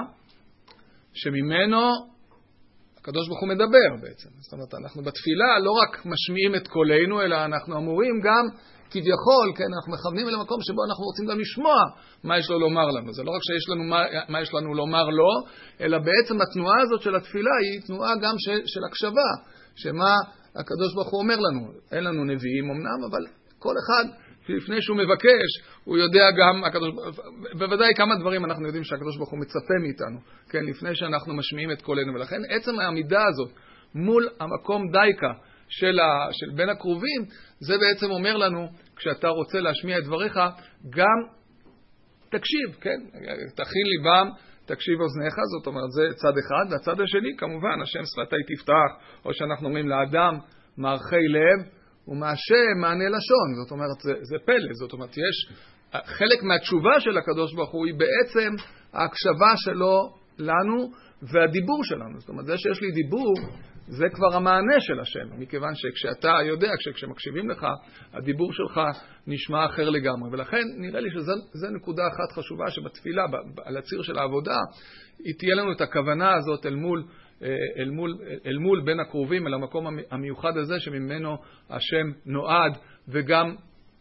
שממנו הקדוש ברוך הוא מדבר בעצם. זאת אומרת, אנחנו בתפילה לא רק משמיעים את קולנו, אלא אנחנו אמורים גם, כביכול, כן, אנחנו מכוונים אל המקום שבו אנחנו רוצים גם לשמוע מה יש לו לומר לנו. זה לא רק שיש לנו מה, מה יש לנו לומר לו, אלא בעצם התנועה הזאת של התפילה היא תנועה גם של, של הקשבה. שמה הקדוש ברוך הוא אומר לנו, אין לנו נביאים אמנם, אבל כל אחד לפני שהוא מבקש, הוא יודע גם, הקדוש, בוודאי כמה דברים אנחנו יודעים שהקדוש ברוך הוא מצפה מאיתנו, כן, לפני שאנחנו משמיעים את קולנו, ולכן עצם העמידה הזאת מול המקום דייקה של, ה, של בין הקרובים, זה בעצם אומר לנו, כשאתה רוצה להשמיע את דבריך, גם תקשיב, כן, תכין ליבם, תקשיב אוזניך, זאת אומרת, זה צד אחד, והצד השני, כמובן, השם שפתי תפתח, או שאנחנו אומרים לאדם, מערכי לב, ומהשם מענה לשון, זאת אומרת, זה, זה פלא, זאת אומרת, יש, חלק מהתשובה של הקדוש ברוך הוא, היא בעצם ההקשבה שלו לנו, והדיבור שלנו, זאת אומרת, זה שיש לי דיבור, זה כבר המענה של השם, מכיוון שכשאתה יודע, כשמקשיבים לך, הדיבור שלך נשמע אחר לגמרי, ולכן נראה לי שזו נקודה אחת חשובה, שבתפילה, על הציר של העבודה, היא תהיה לנו את הכוונה הזאת אל מול, אל מול, אל מול בין הקרובים, אל המקום המיוחד הזה, שממנו השם נועד, וגם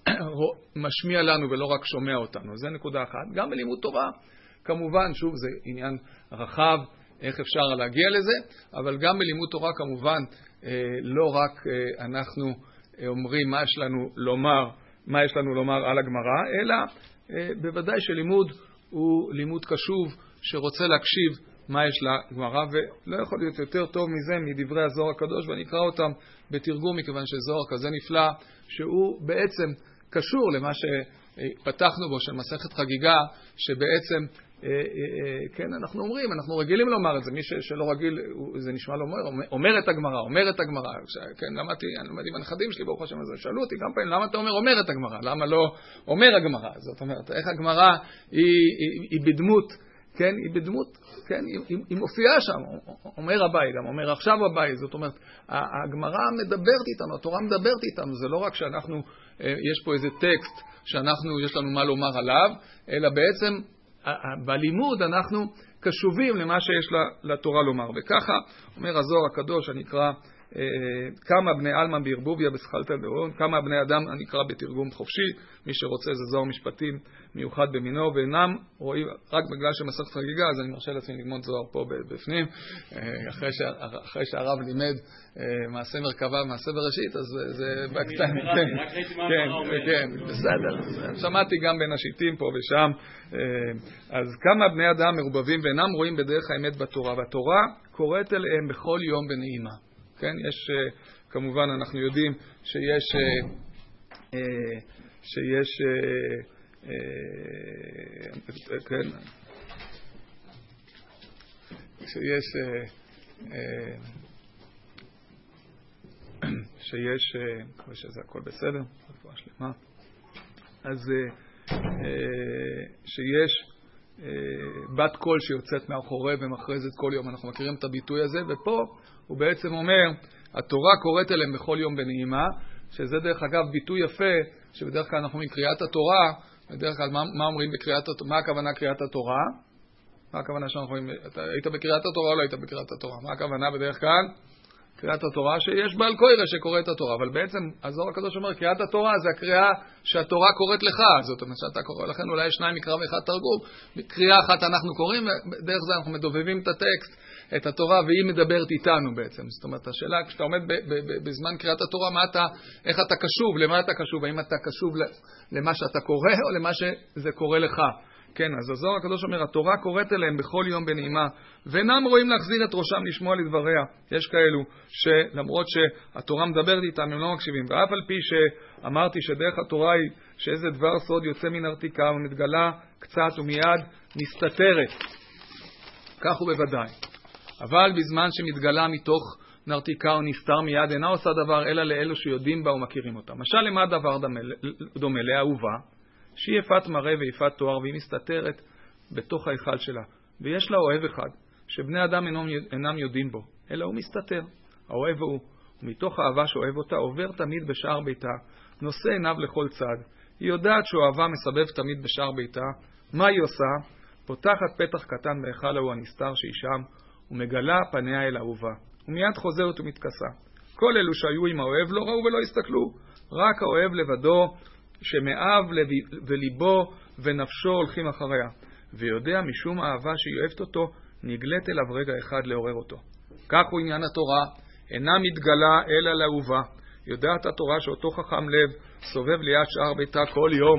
משמיע לנו ולא רק שומע אותנו. זו נקודה אחת. גם בלימוד תורה, כמובן, שוב, זה עניין רחב, איך אפשר להגיע לזה, אבל גם בלימוד תורה כמובן לא רק אנחנו אומרים מה יש לנו לומר, מה יש לנו לומר על הגמרא, אלא בוודאי שלימוד הוא לימוד קשוב שרוצה להקשיב מה יש לגמרא, ולא יכול להיות יותר טוב מזה מדברי הזוהר הקדוש, ואני אקרא אותם בתרגום מכיוון שזוהר כזה נפלא, שהוא בעצם קשור למה שפתחנו בו של מסכת חגיגה, שבעצם כן, אנחנו אומרים, אנחנו רגילים לומר את זה, מי שלא רגיל, זה נשמע לו אומר, אומר את הגמרא, אומר את הגמרא, כן, למדתי, אני למדתי עם הנכדים שלי, ברוך השם הזה, שאלו אותי כמה פעמים, למה אתה אומר אומר את הגמרא, למה לא אומר הגמרא, זאת אומרת, איך הגמרא היא, היא, היא בדמות, כן, היא בדמות, כן, היא, היא מופיעה שם, אומר הבית, גם אומר עכשיו הבית, זאת אומרת, הגמרא מדברת איתנו, התורה מדברת איתנו, זה לא רק שאנחנו, יש פה איזה טקסט שאנחנו, יש לנו מה לומר עליו, אלא בעצם בלימוד אנחנו קשובים למה שיש לתורה לומר. וככה אומר הזוהר הקדוש, אני אקרא כמה בני אלמה בערבוביה בסכלתא דאורייתא, כמה בני אדם אני אקרא בתרגום חופשי, מי שרוצה זה זוהר משפטים מיוחד במינו, ואינם רואים, רק בגלל שמסכת חגיגה, אז אני מרשה לעצמי ללמוד זוהר פה בפנים, אחרי, ש, אחרי שהרב לימד מעשה מרכבה ומעשה בראשית, אז זה בקטן, כן, כן, בסדר, שמעתי גם בין השיטים פה ושם, אז כמה בני אדם מרובבים ואינם רואים בדרך האמת בתורה, והתורה קוראת אליהם בכל יום בנעימה. כן, יש, כמובן, אנחנו יודעים שיש, שיש, כן, שיש, שיש, מקווה שזה הכל בסדר, רפואה שלמה, אז שיש בת קול שיוצאת מאחורי ומכרזת כל יום, אנחנו מכירים את הביטוי הזה, ופה הוא בעצם אומר, התורה קוראת אליהם בכל יום בנעימה, שזה דרך אגב ביטוי יפה, שבדרך כלל אנחנו אומרים קריאת התורה, בדרך כלל מה, מה אומרים בקריאת התורה, מה הכוונה קריאת התורה? מה הכוונה שאנחנו אומרים, אתה היית בקריאת התורה או לא היית בקריאת התורה? מה הכוונה בדרך כלל? קריאת התורה שיש בעל קורא שקורא את התורה, אבל בעצם הזוהר הקדוש אומר, קריאת התורה זה הקריאה שהתורה קוראת לך, זאת אומרת שאתה קורא, לכן אולי שניים מקרא ואחד תרגום, קריאה אחת אנחנו קוראים, ודרך זה אנחנו מדובבים את הטקסט, את התורה, והיא מדברת איתנו בעצם. זאת אומרת, השאלה, כשאתה עומד ב- ב- ב- בזמן קריאת התורה, מה אתה, איך אתה קשוב, למה אתה קשוב, האם אתה קשוב למה שאתה קורא, או למה שזה קורא לך. כן, אז הזוהר הקדוש אומר, התורה קוראת אליהם בכל יום בנעימה, ואינם רואים להחזיר את ראשם לשמוע לדבריה. יש כאלו שלמרות שהתורה מדברת איתם, הם לא מקשיבים. ואף על פי שאמרתי שדרך התורה היא שאיזה דבר סוד יוצא מן הרתיקה ומתגלה קצת ומיד מסתתרת. כך הוא בוודאי. אבל בזמן שמתגלה מתוך נרתיקה או נסתר מיד, אינה עושה דבר אלא לאלו שיודעים בה ומכירים אותה. משל למה דבר דומה? לאהובה, שהיא יפת מראה ויפת תואר, והיא מסתתרת בתוך ההיכל שלה. ויש לה אוהב אחד, שבני אדם אינם, אינם יודעים בו, אלא הוא מסתתר. האוהב הוא, ומתוך האהבה שאוהב אותה, עובר תמיד בשער ביתה, נושא עיניו לכל צד. היא יודעת שאוהבה מסבב תמיד בשער ביתה. מה היא עושה? פותחת פתח קטן בהיכל ההוא הנסתר שהיא שם, ומגלה פניה אל אהובה. ומיד חוזרת ומתכסה. כל אלו שהיו עם האוהב לא ראו ולא הסתכלו. רק האוהב לבדו, שמאב וליבו ונפשו הולכים אחריה. ויודע משום אהבה שהיא אוהבת אותו, נגלית אליו רגע אחד לעורר אותו. כך הוא עניין התורה, אינה מתגלה אלא לאהובה. יודעת התורה שאותו חכם לב סובב ליד שער ביתה כל יום.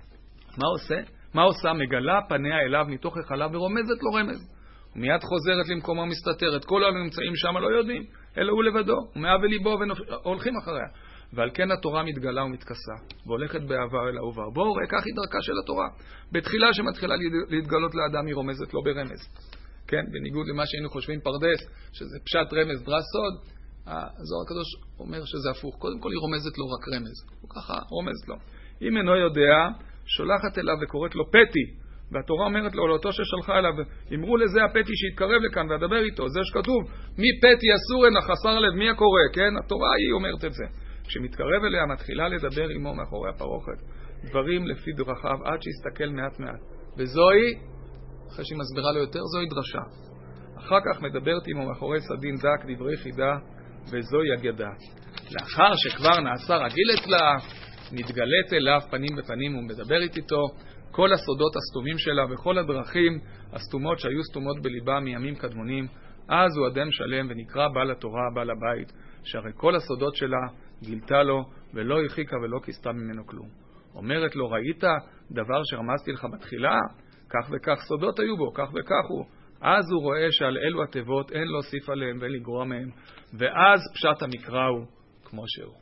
מה עושה? מה עושה? מגלה פניה אליו מתוך החלה ורומזת לו רמז. ומיד חוזרת למקומו מסתתרת. כל אלה נמצאים שם לא יודעים, אלא הוא לבדו. ומאב וליבו הולכים אחריה. ועל כן התורה מתגלה ומתכסה, והולכת באהבה אל אהובה. בואו ראה, כך היא דרכה של התורה. בתחילה שמתחילה להתגלות לאדם היא רומזת לו ברמז. כן, בניגוד למה שהיינו חושבים פרדס, שזה פשט רמז דרס סוד, הזוהר הקדוש אומר שזה הפוך. קודם כל היא רומזת לו רק רמז. הוא ככה רומזת לו. אם אינו יודע, שולחת אליו וקוראת לו פתי. והתורה אומרת לו, לאותו ששלחה אליו, אמרו לזה הפתי שיתקרב לכאן והדבר איתו. זה שכתוב, מי פתי אסורנה חסר לב, מי הקורא, כן? התורה היא אומרת את זה. כשמתקרב אליה מתחילה לדבר עמו מאחורי הפרוכת. דברים לפי דרכיו עד שיסתכל מעט מעט. וזוהי, אחרי שהיא מסבירה לו יותר, זוהי דרשה. אחר כך מדברת עמו מאחורי סדין דק דברי חידה, וזוהי אגדה. לאחר שכבר נעשה רגיל אצלה, מתגלית אליו פנים בפנים ומדבר איתו, כל הסודות הסתומים שלה וכל הדרכים הסתומות שהיו סתומות בליבה מימים קדמונים, אז הוא אדם שלם ונקרא בעל התורה, בעל הבית, שהרי כל הסודות שלה גילתה לו ולא הרחיקה ולא כיסתה ממנו כלום. אומרת לו, ראית דבר שרמזתי לך בתחילה? כך וכך סודות היו בו, כך וכך הוא. אז הוא רואה שעל אלו התיבות אין להוסיף עליהם ואין לגרוע מהם, ואז פשט המקרא הוא כמו שהוא.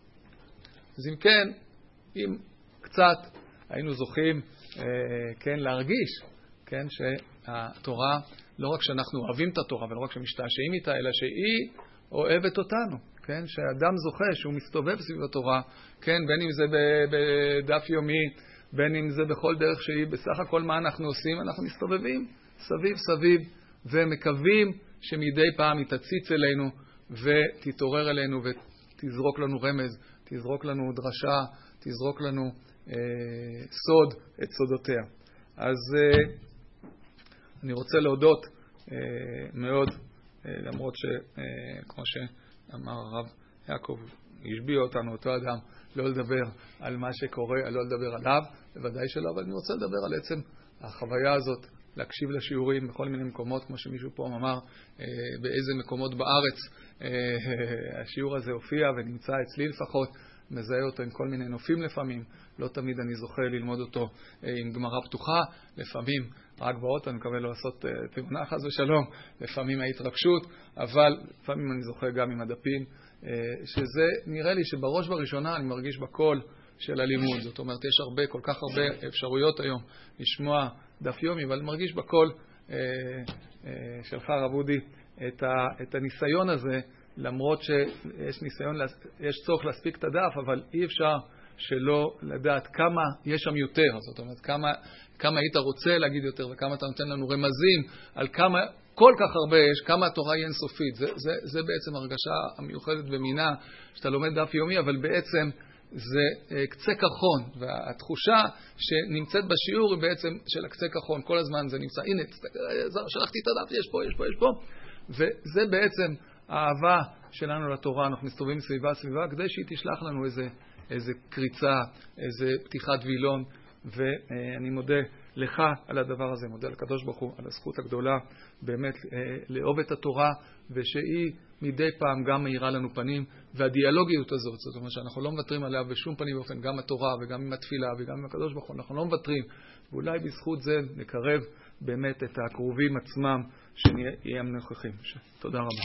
אז אם כן, אם קצת היינו זוכים אה, כן, להרגיש כן, שהתורה, לא רק שאנחנו אוהבים את התורה ולא רק שמשתעשעים איתה, אלא שהיא אוהבת אותנו, כן? שהאדם זוכה שהוא מסתובב סביב התורה, כן? בין אם זה בדף יומי, בין אם זה בכל דרך שהיא, בסך הכל מה אנחנו עושים? אנחנו מסתובבים סביב סביב ומקווים שמדי פעם היא תציץ אלינו ותתעורר אלינו ותזרוק לנו רמז, תזרוק לנו דרשה, תזרוק לנו אה, סוד את סודותיה. אז אה, אני רוצה להודות אה, מאוד, אה, למרות שכמו אה, שאמר הרב יעקב, השביע אותנו אותו אדם לא לדבר על מה שקורה, לא לדבר עליו, בוודאי שלא, אבל אני רוצה לדבר על עצם החוויה הזאת, להקשיב לשיעורים בכל מיני מקומות, כמו שמישהו פה אמר, אה, באיזה מקומות בארץ אה, השיעור הזה הופיע ונמצא אצלי לפחות, מזהה אותו עם כל מיני נופים לפעמים, לא תמיד אני זוכה ללמוד אותו אה, עם גמרא פתוחה, לפעמים רק באוטו, אני מקווה לא לעשות אה, תאונה חס ושלום, לפעמים ההתרגשות, אבל לפעמים אני זוכה גם עם הדפים, אה, שזה נראה לי שבראש בראשונה אני מרגיש בכל של הלימוד. זאת אומרת, יש הרבה, כל כך הרבה אפשרויות היום לשמוע דף יומי, אבל אני מרגיש בכל אה, אה, שלך הרב אודי את, ה, את הניסיון הזה, למרות שיש ניסיון, יש צורך להספיק את הדף, אבל אי אפשר שלא לדעת כמה יש שם יותר. זאת אומרת, כמה, כמה היית רוצה להגיד יותר, וכמה אתה נותן לנו רמזים על כמה, כל כך הרבה יש, כמה התורה היא אינסופית. זה, זה, זה בעצם הרגשה המיוחדת במינה, שאתה לומד דף יומי, אבל בעצם זה קצה קרחון, והתחושה שנמצאת בשיעור היא בעצם של הקצה קרחון. כל הזמן זה נמצא, הנה, שלחתי את הדף, יש פה, יש פה, יש פה. וזה בעצם האהבה שלנו לתורה. אנחנו מסתובבים סביבה סביבה, כדי שהיא תשלח לנו איזה, איזה קריצה, איזה פתיחת וילון, ואני מודה לך על הדבר הזה, מודה לקדוש ברוך הוא על הזכות הגדולה באמת לאהוב את התורה, ושהיא מדי פעם גם מאירה לנו פנים, והדיאלוגיות הזאת, זאת אומרת שאנחנו לא מוותרים עליה בשום פנים ואופן, גם התורה וגם עם התפילה וגם עם הקדוש ברוך הוא, אנחנו לא מוותרים, ואולי בזכות זה נקרב באמת את הקרובים עצמם שנהיה נוכחים. תודה רבה.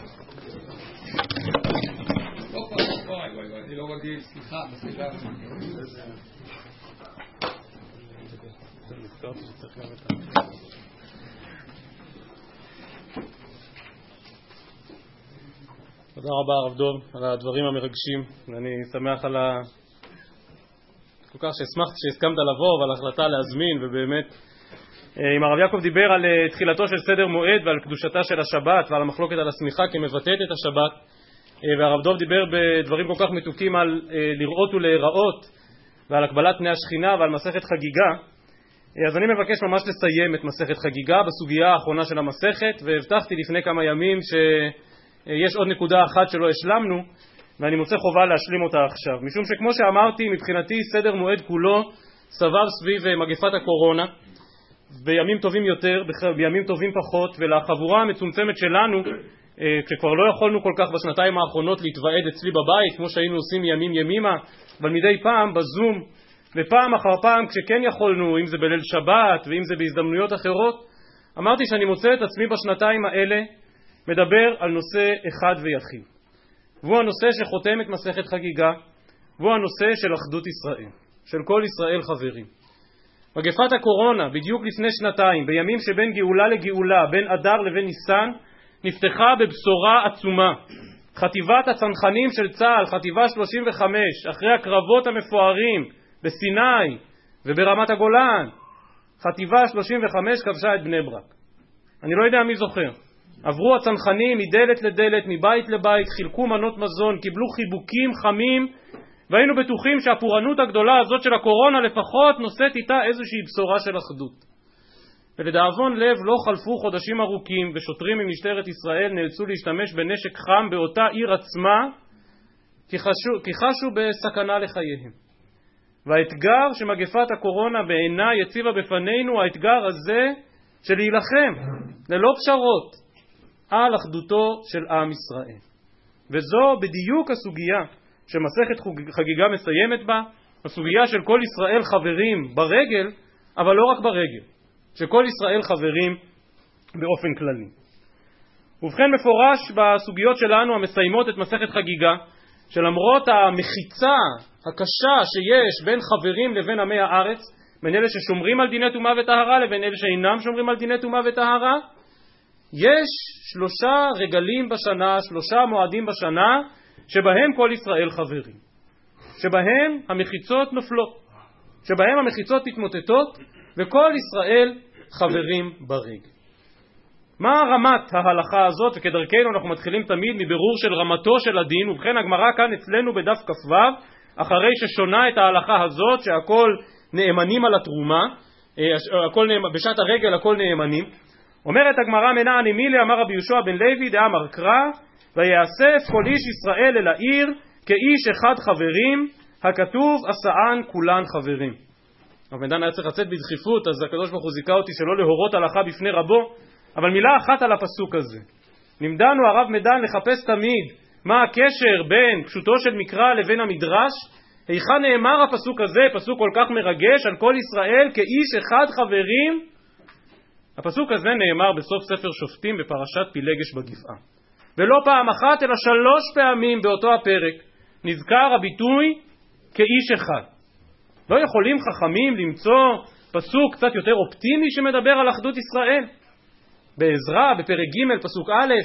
וואי וואי וואי, אני לא רגיל, סליחה, סליחה. תודה רבה הרב דוב על הדברים המרגשים, ואני שמח על ה... כל כך שהסמכת שהסכמת לבוא ועל ההחלטה להזמין, ובאמת אם הרב יעקב דיבר על תחילתו של סדר מועד ועל קדושתה של השבת ועל המחלוקת על הסמיכה כמבטאת את השבת, והרב דוב דיבר בדברים כל כך מתוקים על לראות ולהיראות ועל הקבלת פני השכינה ועל מסכת חגיגה, אז אני מבקש ממש לסיים את מסכת חגיגה בסוגיה האחרונה של המסכת, והבטחתי לפני כמה ימים שיש עוד נקודה אחת שלא השלמנו, ואני מוצא חובה להשלים אותה עכשיו, משום שכמו שאמרתי, מבחינתי סדר מועד כולו סבב סביב מגפת הקורונה, בימים טובים יותר, בימים טובים פחות, ולחבורה המצומצמת שלנו, כשכבר לא יכולנו כל כך בשנתיים האחרונות להתוועד אצלי בבית, כמו שהיינו עושים ימים ימימה, אבל מדי פעם בזום, ופעם אחר פעם כשכן יכולנו, אם זה בליל שבת ואם זה בהזדמנויות אחרות, אמרתי שאני מוצא את עצמי בשנתיים האלה מדבר על נושא אחד ויחיד, והוא הנושא שחותם את מסכת חגיגה, והוא הנושא של אחדות ישראל, של כל ישראל חברים. מגפת הקורונה בדיוק לפני שנתיים, בימים שבין גאולה לגאולה, בין אדר לבין ניסן, נפתחה בבשורה עצומה. חטיבת הצנחנים של צה"ל, חטיבה שלושים וחמש, אחרי הקרבות המפוארים בסיני וברמת הגולן, חטיבה שלושים וחמש כבשה את בני ברק. אני לא יודע מי זוכר. עברו הצנחנים מדלת לדלת, מבית לבית, חילקו מנות מזון, קיבלו חיבוקים חמים, והיינו בטוחים שהפורענות הגדולה הזאת של הקורונה לפחות נושאת איתה איזושהי בשורה של אחדות. ולדאבון לב לא חלפו חודשים ארוכים, ושוטרים ממשטרת ישראל נאלצו להשתמש בנשק חם באותה עיר עצמה, כי חשו, כי חשו בסכנה לחייהם. והאתגר שמגפת הקורונה בעיניי הציבה בפנינו, האתגר הזה של להילחם ללא פשרות על אחדותו של עם ישראל. וזו בדיוק הסוגיה שמסכת חגיגה מסיימת בה, הסוגיה של כל ישראל חברים ברגל, אבל לא רק ברגל, שכל ישראל חברים באופן כללי. ובכן מפורש בסוגיות שלנו המסיימות את מסכת חגיגה, שלמרות המחיצה הקשה שיש בין חברים לבין עמי הארץ, בין אלה ששומרים על דיני טומאה וטהרה לבין אלה שאינם שומרים על דיני טומאה וטהרה, יש שלושה רגלים בשנה, שלושה מועדים בשנה, שבהם כל ישראל חברים, שבהם המחיצות נופלות, שבהם המחיצות מתמוטטות, וכל ישראל חברים ברגל. מה רמת ההלכה הזאת? וכדרכנו אנחנו מתחילים תמיד מבירור של רמתו של הדין, ובכן הגמרא כאן אצלנו בדף כ"ו, אחרי ששונה את ההלכה הזאת שהכל נאמנים על התרומה, הכל נאמ... בשעת הרגל הכל נאמנים, אומרת הגמרא מנעני מילי, אמר רבי יהושע בן לוי דאמר קרא, ויאסף כל איש ישראל אל העיר כאיש אחד חברים, הכתוב עשאן כולן חברים. רב מדן היה צריך לצאת בדחיפות, אז הקדוש ברוך הוא זיכה אותי שלא להורות הלכה בפני רבו, אבל מילה אחת על הפסוק הזה. לימדנו הרב מדן לחפש תמיד מה הקשר בין פשוטו של מקרא לבין המדרש, היכן נאמר הפסוק הזה, פסוק כל כך מרגש, על כל ישראל כאיש אחד חברים. הפסוק הזה נאמר בסוף ספר שופטים בפרשת פילגש בגבעה, ולא פעם אחת אלא שלוש פעמים באותו הפרק נזכר הביטוי כאיש אחד. לא יכולים חכמים למצוא פסוק קצת יותר אופטימי שמדבר על אחדות ישראל? בעזרא בפרק ג' פסוק א',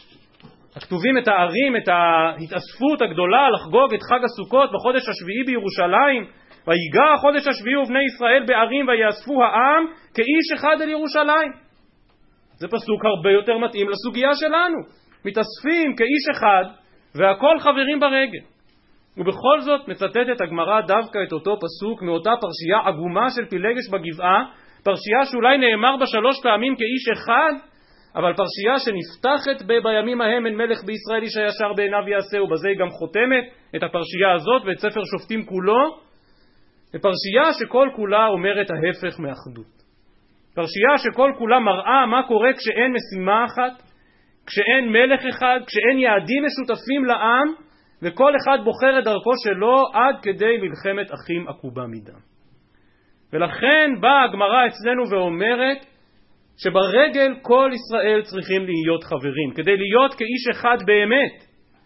הכתובים מתארים את ההתאספות הגדולה לחגוג את חג הסוכות בחודש השביעי בירושלים, ויגע החודש השביעי ובני ישראל בערים ויאספו העם כאיש אחד אל ירושלים. זה פסוק הרבה יותר מתאים לסוגיה שלנו, מתאספים כאיש אחד והכל חברים ברגל. ובכל זאת מצטטת הגמרא דווקא את אותו פסוק מאותה פרשייה עגומה של פילגש בגבעה, פרשייה שאולי נאמר בה שלוש פעמים כאיש אחד, אבל פרשייה שנפתחת ב- בימים ההם אין מלך בישראל איש הישר בעיניו יעשה, ובזה היא גם חותמת את הפרשייה הזאת ואת ספר שופטים כולו. בפרשייה שכל כולה אומרת ההפך מאחדות. פרשייה שכל כולה מראה מה קורה כשאין משימה אחת, כשאין מלך אחד, כשאין יעדים משותפים לעם, וכל אחד בוחר את דרכו שלו עד כדי מלחמת אחים עקובה מדם. ולכן באה הגמרא אצלנו ואומרת שברגל כל ישראל צריכים להיות חברים, כדי להיות כאיש אחד באמת,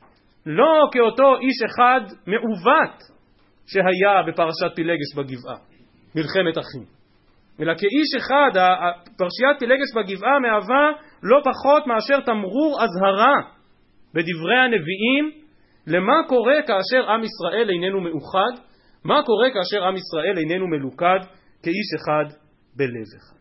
לא כאותו איש אחד מעוות שהיה בפרשת פילגש בגבעה, מלחמת אחים. אלא כאיש אחד, פרשיית פילגש בגבעה מהווה לא פחות מאשר תמרור אזהרה בדברי הנביאים למה קורה כאשר עם ישראל איננו מאוחד, מה קורה כאשר עם ישראל איננו מלוכד כאיש אחד בלב אחד.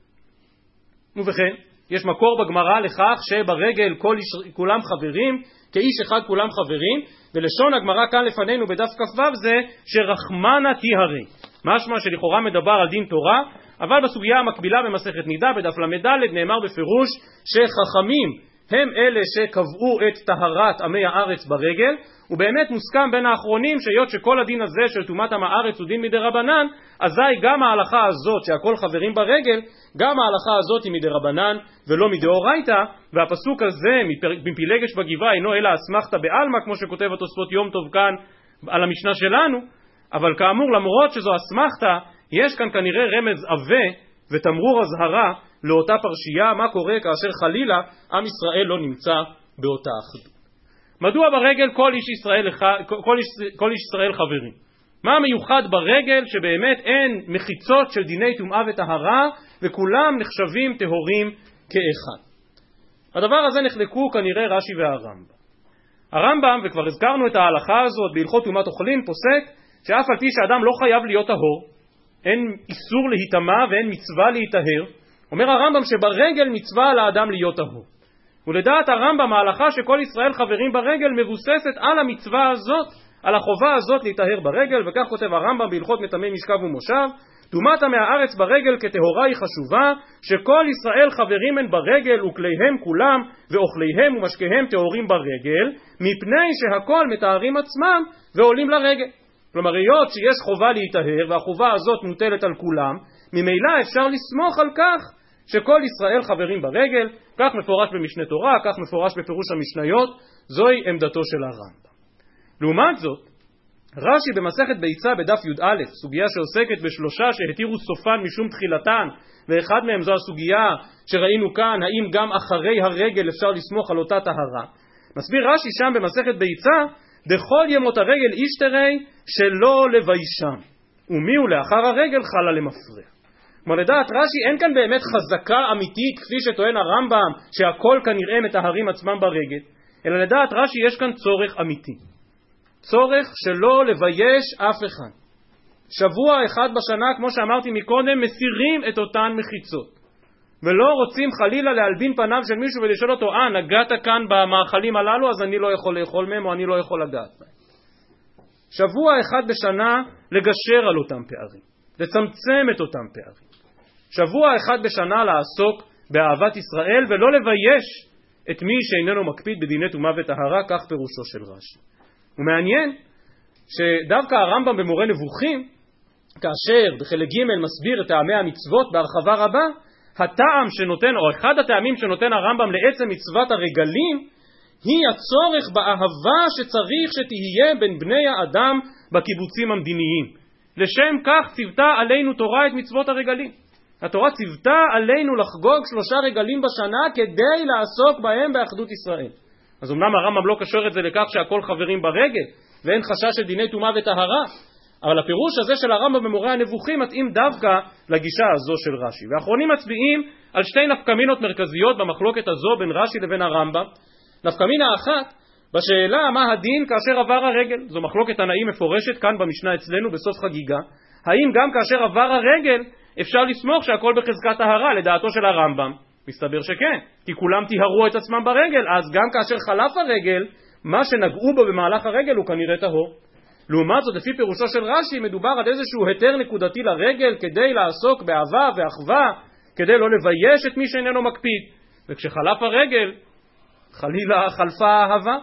ובכן, יש מקור בגמרא לכך שברגל כל איש, כולם חברים, כאיש אחד כולם חברים, ולשון הגמרא כאן לפנינו בדף כ"ו זה שרחמנה תיהרי, משמע שלכאורה מדבר על דין תורה, אבל בסוגיה המקבילה במסכת נידה בדף למדלת נאמר בפירוש שחכמים הם אלה שקבעו את טהרת עמי הארץ ברגל, ובאמת מוסכם בין האחרונים שהיות שכל הדין הזה של טומאת עם הארץ הוא דין מדרבנן, אזי גם ההלכה הזאת שהכל חברים ברגל, גם ההלכה הזאת היא מדרבנן ולא מדאורייתא, והפסוק הזה מפילגש בגבעה אינו אלא אסמכתא בעלמא, כמו שכותב התוספות יום טוב כאן על המשנה שלנו, אבל כאמור למרות שזו אסמכתא, יש כאן כנראה רמז עבה ותמרור אזהרה לאותה פרשייה, מה קורה כאשר חלילה עם ישראל לא נמצא באותה אחדות. מדוע ברגל כל איש ישראל, כל איש, כל איש ישראל חברים? מה המיוחד ברגל שבאמת אין מחיצות של דיני טומאה וטהרה וכולם נחשבים טהורים כאחד? הדבר הזה נחלקו כנראה רש"י והרמב"ם. הרמב"ם, וכבר הזכרנו את ההלכה הזאת בהלכות טומאת אוכלים, פוסק שאף על פי שאדם לא חייב להיות טהור, אין איסור להיטמא ואין מצווה להיטהר, אומר הרמב"ם שברגל מצווה על האדם להיות טהור. ולדעת הרמב"ם ההלכה שכל ישראל חברים ברגל מבוססת על המצווה הזאת, על החובה הזאת להיטהר ברגל, וכך כותב הרמב"ם בהלכות מטמאי משכב ומושב, טומאת עמי הארץ ברגל כטהורה היא חשובה, שכל ישראל חברים הן ברגל וכליהם כולם ואוכליהם ומשקיהם טהורים ברגל, מפני שהכל מטהרים עצמם ועולים לרגל. כלומר, היות שיש חובה להיטהר והחובה הזאת מוטלת על כולם, ממילא אפשר לסמוך על כך שכל ישראל חברים ברגל, כך מפורש במשנה תורה, כך מפורש בפירוש המשניות, זוהי עמדתו של הרמב"ם. לעומת זאת, רש"י במסכת ביצה בדף י"א, סוגיה שעוסקת בשלושה שהתירו סופן משום תחילתן, ואחד מהם זו הסוגיה שראינו כאן, האם גם אחרי הרגל אפשר לסמוך על אותה טהרה. מסביר רש"י שם במסכת ביצה, דכל ימות הרגל אישתרי שלא לביישם, ומי הוא לאחר הרגל חלה למפרע. כלומר לדעת רש"י אין כאן באמת חזקה אמיתית כפי שטוען הרמב"ם שהכל כנראה מטהרים עצמם ברגל, אלא לדעת רש"י יש כאן צורך אמיתי, צורך שלא לבייש אף אחד. שבוע אחד בשנה, כמו שאמרתי מקודם, מסירים את אותן מחיצות ולא רוצים חלילה להלבין פניו של מישהו ולשאול אותו, אה נגעת כאן במאכלים הללו אז אני לא יכול לאכול מהם או אני לא יכול לגעת בהם. שבוע אחד בשנה לגשר על אותם פערים, לצמצם את אותם פערים. שבוע אחד בשנה לעסוק באהבת ישראל ולא לבייש את מי שאיננו מקפיד בדיני טומאה וטהרה, כך פירושו של רש"י. ומעניין שדווקא הרמב"ם במורה נבוכים, כאשר בחלק ג' מסביר את טעמי המצוות בהרחבה רבה, הטעם שנותן, או אחד הטעמים שנותן הרמב"ם לעצם מצוות הרגלים, היא הצורך באהבה שצריך שתהיה בין בני האדם בקיבוצים המדיניים. לשם כך ציוותה עלינו תורה את מצוות הרגלים. התורה ציוותה עלינו לחגוג שלושה רגלים בשנה כדי לעסוק בהם באחדות ישראל. אז אמנם הרמב"ם לא קשור את זה לכך שהכל חברים ברגל ואין חשש של דיני טומאה וטהרה, אבל הפירוש הזה של הרמב"ם במורה הנבוכים מתאים דווקא לגישה הזו של רש"י. ואחרונים מצביעים על שתי נפקמינות מרכזיות במחלוקת הזו בין רש"י לבין הרמב"ם. נפקמינה אחת בשאלה מה הדין כאשר עבר הרגל, זו מחלוקת תנאים מפורשת כאן במשנה אצלנו בסוף חגיגה, האם גם כאשר עבר הרגל אפשר לסמוך שהכל בחזקת טהרה? לדעתו של הרמב"ם מסתבר שכן, כי כולם טיהרו את עצמם ברגל, אז גם כאשר חלף הרגל מה שנגעו בו במהלך הרגל הוא כנראה טהור. לעומת זאת, לפי פירושו של רש"י, מדובר על איזשהו היתר נקודתי לרגל כדי לעסוק באהבה ואחווה, כדי לא לבייש את מי שאיננו מקפיד. וכשחלף הרגל, חלילה חלפה האהבה,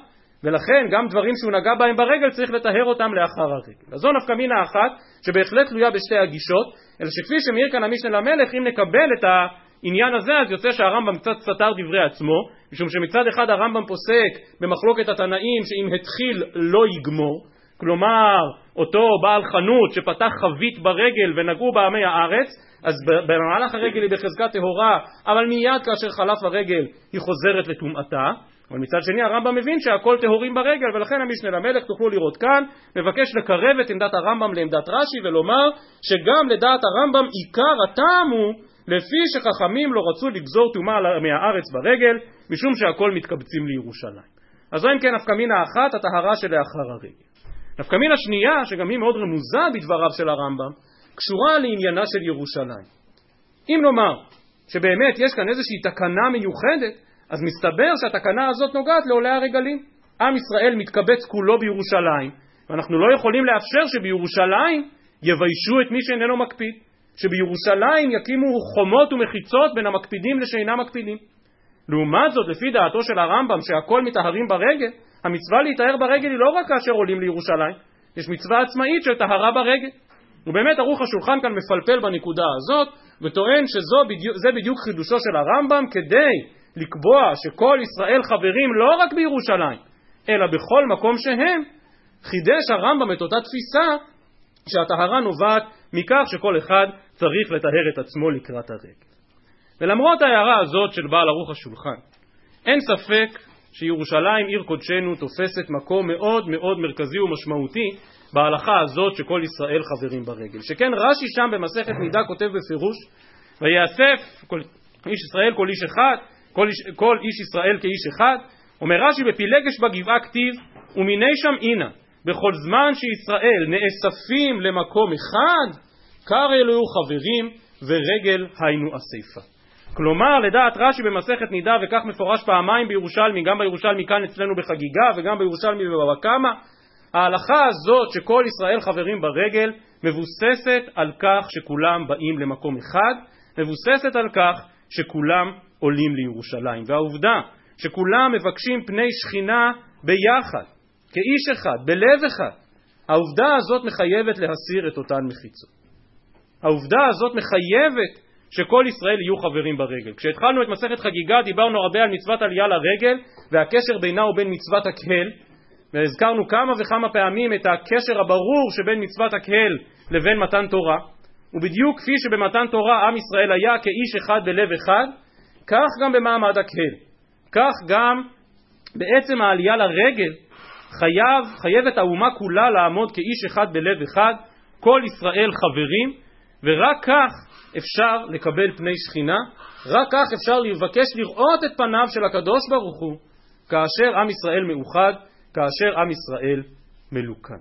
ולכן גם דברים שהוא נגע בהם ברגל צריך לטהר אותם לאחר הרגל. אז זו נפקא מינה אחת שבהחלט תלויה בשתי הגישות, אלא שכפי שמעיר כאן המשנה למלך, אם נקבל את העניין הזה אז יוצא שהרמב"ם קצת סתר דברי עצמו, משום שמצד אחד הרמב"ם פוסק במחלוקת התנאים שאם התחיל לא יגמור, כלומר אותו בעל חנות שפתח חבית ברגל ונגעו בעמי הארץ, אז במהלך הרגל היא בחזקת טהורה, אבל מיד כאשר חלף הרגל היא חוזרת לטומאתה. אבל מצד שני הרמב"ם מבין שהכל טהורים ברגל, ולכן המשנה למלך תוכלו לראות כאן מבקש לקרב את עמדת הרמב"ם לעמדת רש"י ולומר שגם לדעת הרמב"ם עיקר הטעם הוא לפי שחכמים לא רצו לגזור טומאה מהארץ ברגל משום שהכל מתקבצים לירושלים. אז זו אם כן נפקא מינה אחת, הטהרה שלאחר הרגל. נפקא מינה שנייה שגם היא מאוד רמוזה בדבריו של הרמב"ם קשורה לעניינה של ירושלים. אם נאמר שבאמת יש כאן איזושהי תקנה מיוחדת, אז מסתבר שהתקנה הזאת נוגעת לעולי הרגלים. עם ישראל מתקבץ כולו בירושלים, ואנחנו לא יכולים לאפשר שבירושלים יביישו את מי שאיננו מקפיד, שבירושלים יקימו חומות ומחיצות בין המקפידים לשאינם מקפידים. לעומת זאת, לפי דעתו של הרמב"ם שהכל מטהרים ברגל, המצווה להתאר ברגל היא לא רק כאשר עולים לירושלים, יש מצווה עצמאית של טהרה ברגל. ובאמת ערוך השולחן כאן מפלפל בנקודה הזאת וטוען שזה בדיוק חידושו של הרמב"ם כדי לקבוע שכל ישראל חברים לא רק בירושלים אלא בכל מקום שהם. חידש הרמב"ם את אותה תפיסה שהטהרה נובעת מכך שכל אחד צריך לטהר את עצמו לקראת הרגל. ולמרות ההערה הזאת של בעל ערוך השולחן, אין ספק שירושלים עיר קודשנו תופסת מקום מאוד מאוד מרכזי ומשמעותי בהלכה הזאת שכל ישראל חברים ברגל. שכן רש"י שם במסכת נידה כותב בפירוש ויאסף כל איש ישראל כל איש אחד, כל איש, כל איש ישראל כאיש אחד. אומר רש"י בפילגש בגבעה כתיב ומיני שם אינה בכל זמן שישראל נאספים למקום אחד קרא אלוהו חברים ורגל היינו אספה. כלומר לדעת רש"י במסכת נידה, וכך מפורש פעמיים בירושלמי, גם בירושלמי כאן אצלנו בחגיגה וגם בירושלמי בבבא קמא, ההלכה הזאת שכל ישראל חברים ברגל מבוססת על כך שכולם באים למקום אחד, מבוססת על כך שכולם עולים לירושלים. והעובדה שכולם מבקשים פני שכינה ביחד, כאיש אחד, בלב אחד, העובדה הזאת מחייבת להסיר את אותן מחיצות. העובדה הזאת מחייבת שכל ישראל יהיו חברים ברגל. כשהתחלנו את מסכת חגיגה דיברנו הרבה על מצוות עלייה לרגל והקשר בינה ובין מצוות הקהל, והזכרנו כמה וכמה פעמים את הקשר הברור שבין מצוות הקהל לבין מתן תורה, ובדיוק כפי שבמתן תורה עם ישראל היה כאיש אחד בלב אחד, כך גם במעמד הקהל, כך גם בעצם העלייה לרגל חייב, חייבת האומה כולה לעמוד כאיש אחד בלב אחד, כל ישראל חברים, ורק כך אפשר לקבל פני שכינה, רק כך אפשר לבקש לראות את פניו של הקדוש ברוך הוא כאשר עם ישראל מאוחד, כאשר עם ישראל מלוכן.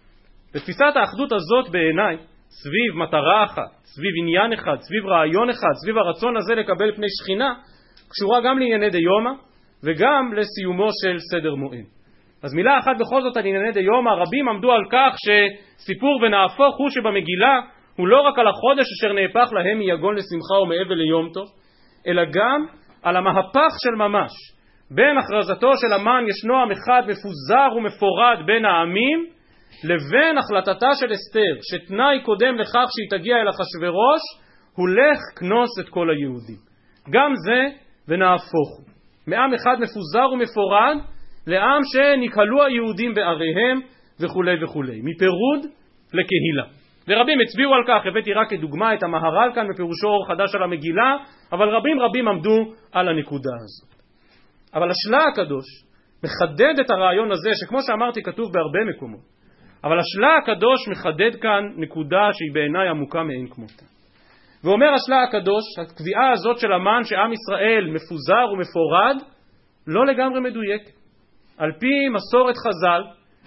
בתפיסת האחדות הזאת בעיניי, סביב מטרה אחת, סביב עניין אחד, סביב רעיון אחד, סביב הרצון הזה לקבל פני שכינה, קשורה גם לענייני דיומא וגם לסיומו של סדר מועד. אז מילה אחת בכל זאת על ענייני דיומא. רבים עמדו על כך שסיפור ונהפוך הוא שבמגילה הוא לא רק על החודש אשר נהפך להם מיגון לשמחה ומאבל ליום טוב, אלא גם על המהפך של ממש בין הכרזתו של המן ישנו עם אחד מפוזר ומפורד בין העמים, לבין החלטתה של אסתר שתנאי קודם לכך שהיא תגיע אל אחשוורוש הוא לך כנוס את כל היהודים. גם זה ונהפוך הוא מעם אחד מפוזר ומפורד לעם שנקהלו היהודים בעריהם וכו' וכו', מפירוד לקהילה. ורבים הצביעו על כך, הבאתי רק כדוגמה את המהר"ל כאן בפירושו אור חדש על המגילה, אבל רבים רבים עמדו על הנקודה הזאת. אבל השלה הקדוש מחדד את הרעיון הזה, שכמו שאמרתי כתוב בהרבה מקומות, אבל השלה הקדוש מחדד כאן נקודה שהיא בעיניי עמוקה מאין כמותה. ואומר השלה הקדוש, הקביעה הזאת של המן שעם ישראל מפוזר ומפורד לא לגמרי מדויק. על פי מסורת חז"ל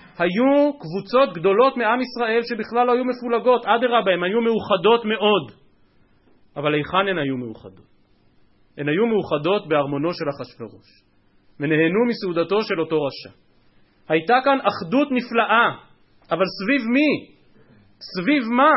היו קבוצות גדולות מעם ישראל שבכלל לא היו מפולגות, אדרבה, הן היו מאוחדות מאוד. אבל היכן הן היו מאוחדות? הן היו מאוחדות בארמונו של אחשוורוש, ונהנו מסעודתו של אותו רשע. הייתה כאן אחדות נפלאה, אבל סביב מי? סביב מה?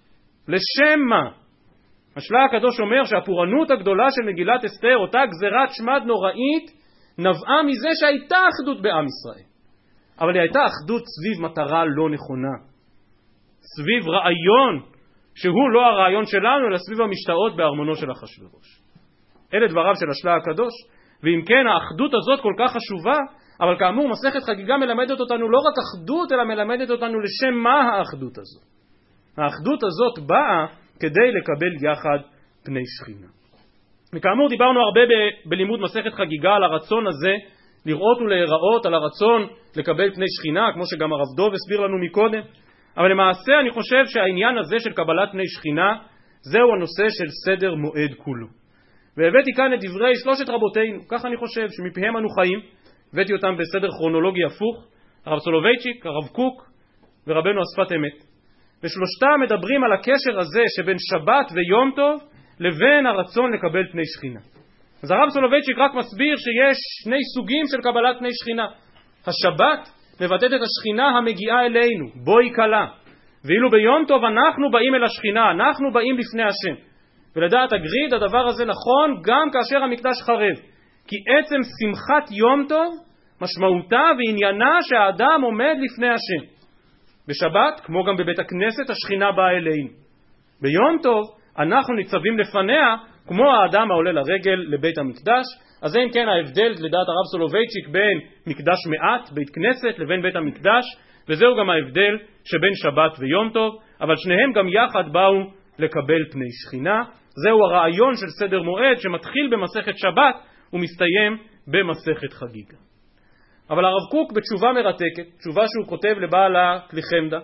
לשם מה? השלה הקדוש אומר שהפורענות הגדולה של מגילת אסתר, אותה גזירת שמד נוראית, נבעה מזה שהייתה אחדות בעם ישראל. אבל היא הייתה אחדות סביב מטרה לא נכונה, סביב רעיון שהוא לא הרעיון שלנו, אלא סביב המשתאות בארמונו של אחשוורוש. אלה דבריו של השל"ה הקדוש, ואם כן האחדות הזאת כל כך חשובה, אבל כאמור מסכת חגיגה מלמדת אותנו לא רק אחדות, אלא מלמדת אותנו לשם מה האחדות הזאת. האחדות הזאת באה כדי לקבל יחד פני שכינה. וכאמור דיברנו הרבה ב- בלימוד מסכת חגיגה על הרצון הזה לראות ולהיראות, על הרצון לקבל פני שכינה, כמו שגם הרב דוב הסביר לנו מקודם. אבל למעשה אני חושב שהעניין הזה של קבלת פני שכינה זהו הנושא של סדר מועד כולו. והבאתי כאן את דברי שלושת רבותינו, כך אני חושב שמפהם אנו חיים, הבאתי אותם בסדר כרונולוגי הפוך, הרב סולובייצ'יק, הרב קוק ורבנו השפת אמת. ושלושתם מדברים על הקשר הזה שבין שבת ויום טוב לבין הרצון לקבל פני שכינה. אז הרב סולובייצ'יק רק מסביר שיש שני סוגים של קבלת פני שכינה. השבת מבטאת את השכינה המגיעה אלינו, בו היא קלה. ואילו ביום טוב אנחנו באים אל השכינה, אנחנו באים לפני השם. ולדעת הגריד הדבר הזה נכון גם כאשר המקדש חרב. כי עצם שמחת יום טוב משמעותה ועניינה שהאדם עומד לפני השם. בשבת, כמו גם בבית הכנסת, השכינה באה אלינו. ביום טוב אנחנו ניצבים לפניה כמו האדם העולה לרגל לבית המקדש. אז אין כן ההבדל לדעת הרב סולובייצ'יק בין מקדש מעט, בית כנסת, לבין בית המקדש, וזהו גם ההבדל שבין שבת ויום טוב, אבל שניהם גם יחד באו לקבל פני שכינה. זהו הרעיון של סדר מועד שמתחיל במסכת שבת ומסתיים במסכת חגיגה. אבל הרב קוק בתשובה מרתקת, תשובה שהוא כותב לבעל הכלי חמדה,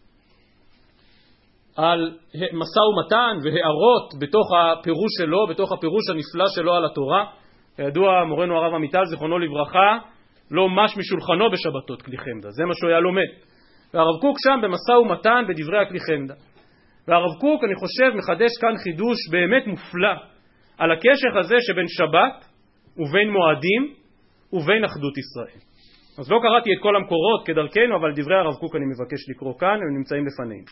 על משא ומתן והערות בתוך הפירוש שלו, בתוך הפירוש הנפלא שלו על התורה. כידוע מורנו הרב עמיטל זיכרונו לברכה לא מש משולחנו בשבתות כלי חמדה, זה מה שהוא היה לומד. והרב קוק שם במשא ומתן בדברי הכלי חמדה. והרב קוק אני חושב מחדש כאן חידוש באמת מופלא על הקשר הזה שבין שבת ובין מועדים ובין אחדות ישראל. אז לא קראתי את כל המקורות כדרכנו, אבל דברי הרב קוק אני מבקש לקרוא כאן, הם נמצאים לפנינו.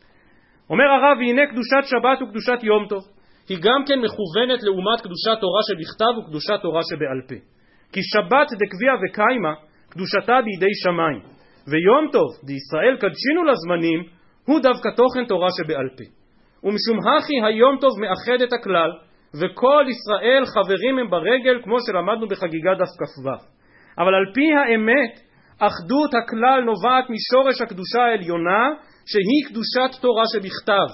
אומר הרב, והנה קדושת שבת וקדושת יום טוב היא גם כן מכוונת לעומת קדושת תורה שבכתב וקדושת תורה שבעל פה. כי שבת דקביע וקיימה קדושתה בידי שמיים, ויום טוב דישראל קדשינו לזמנים הוא דווקא תוכן תורה שבעל פה. ומשום הכי היום טוב מאחד את הכלל, וכל ישראל חברים הם ברגל, כמו שלמדנו בחגיגה דף כ"ו. אבל על פי האמת אחדות הכלל נובעת משורש הקדושה העליונה, שהיא קדושת תורה שבכתב,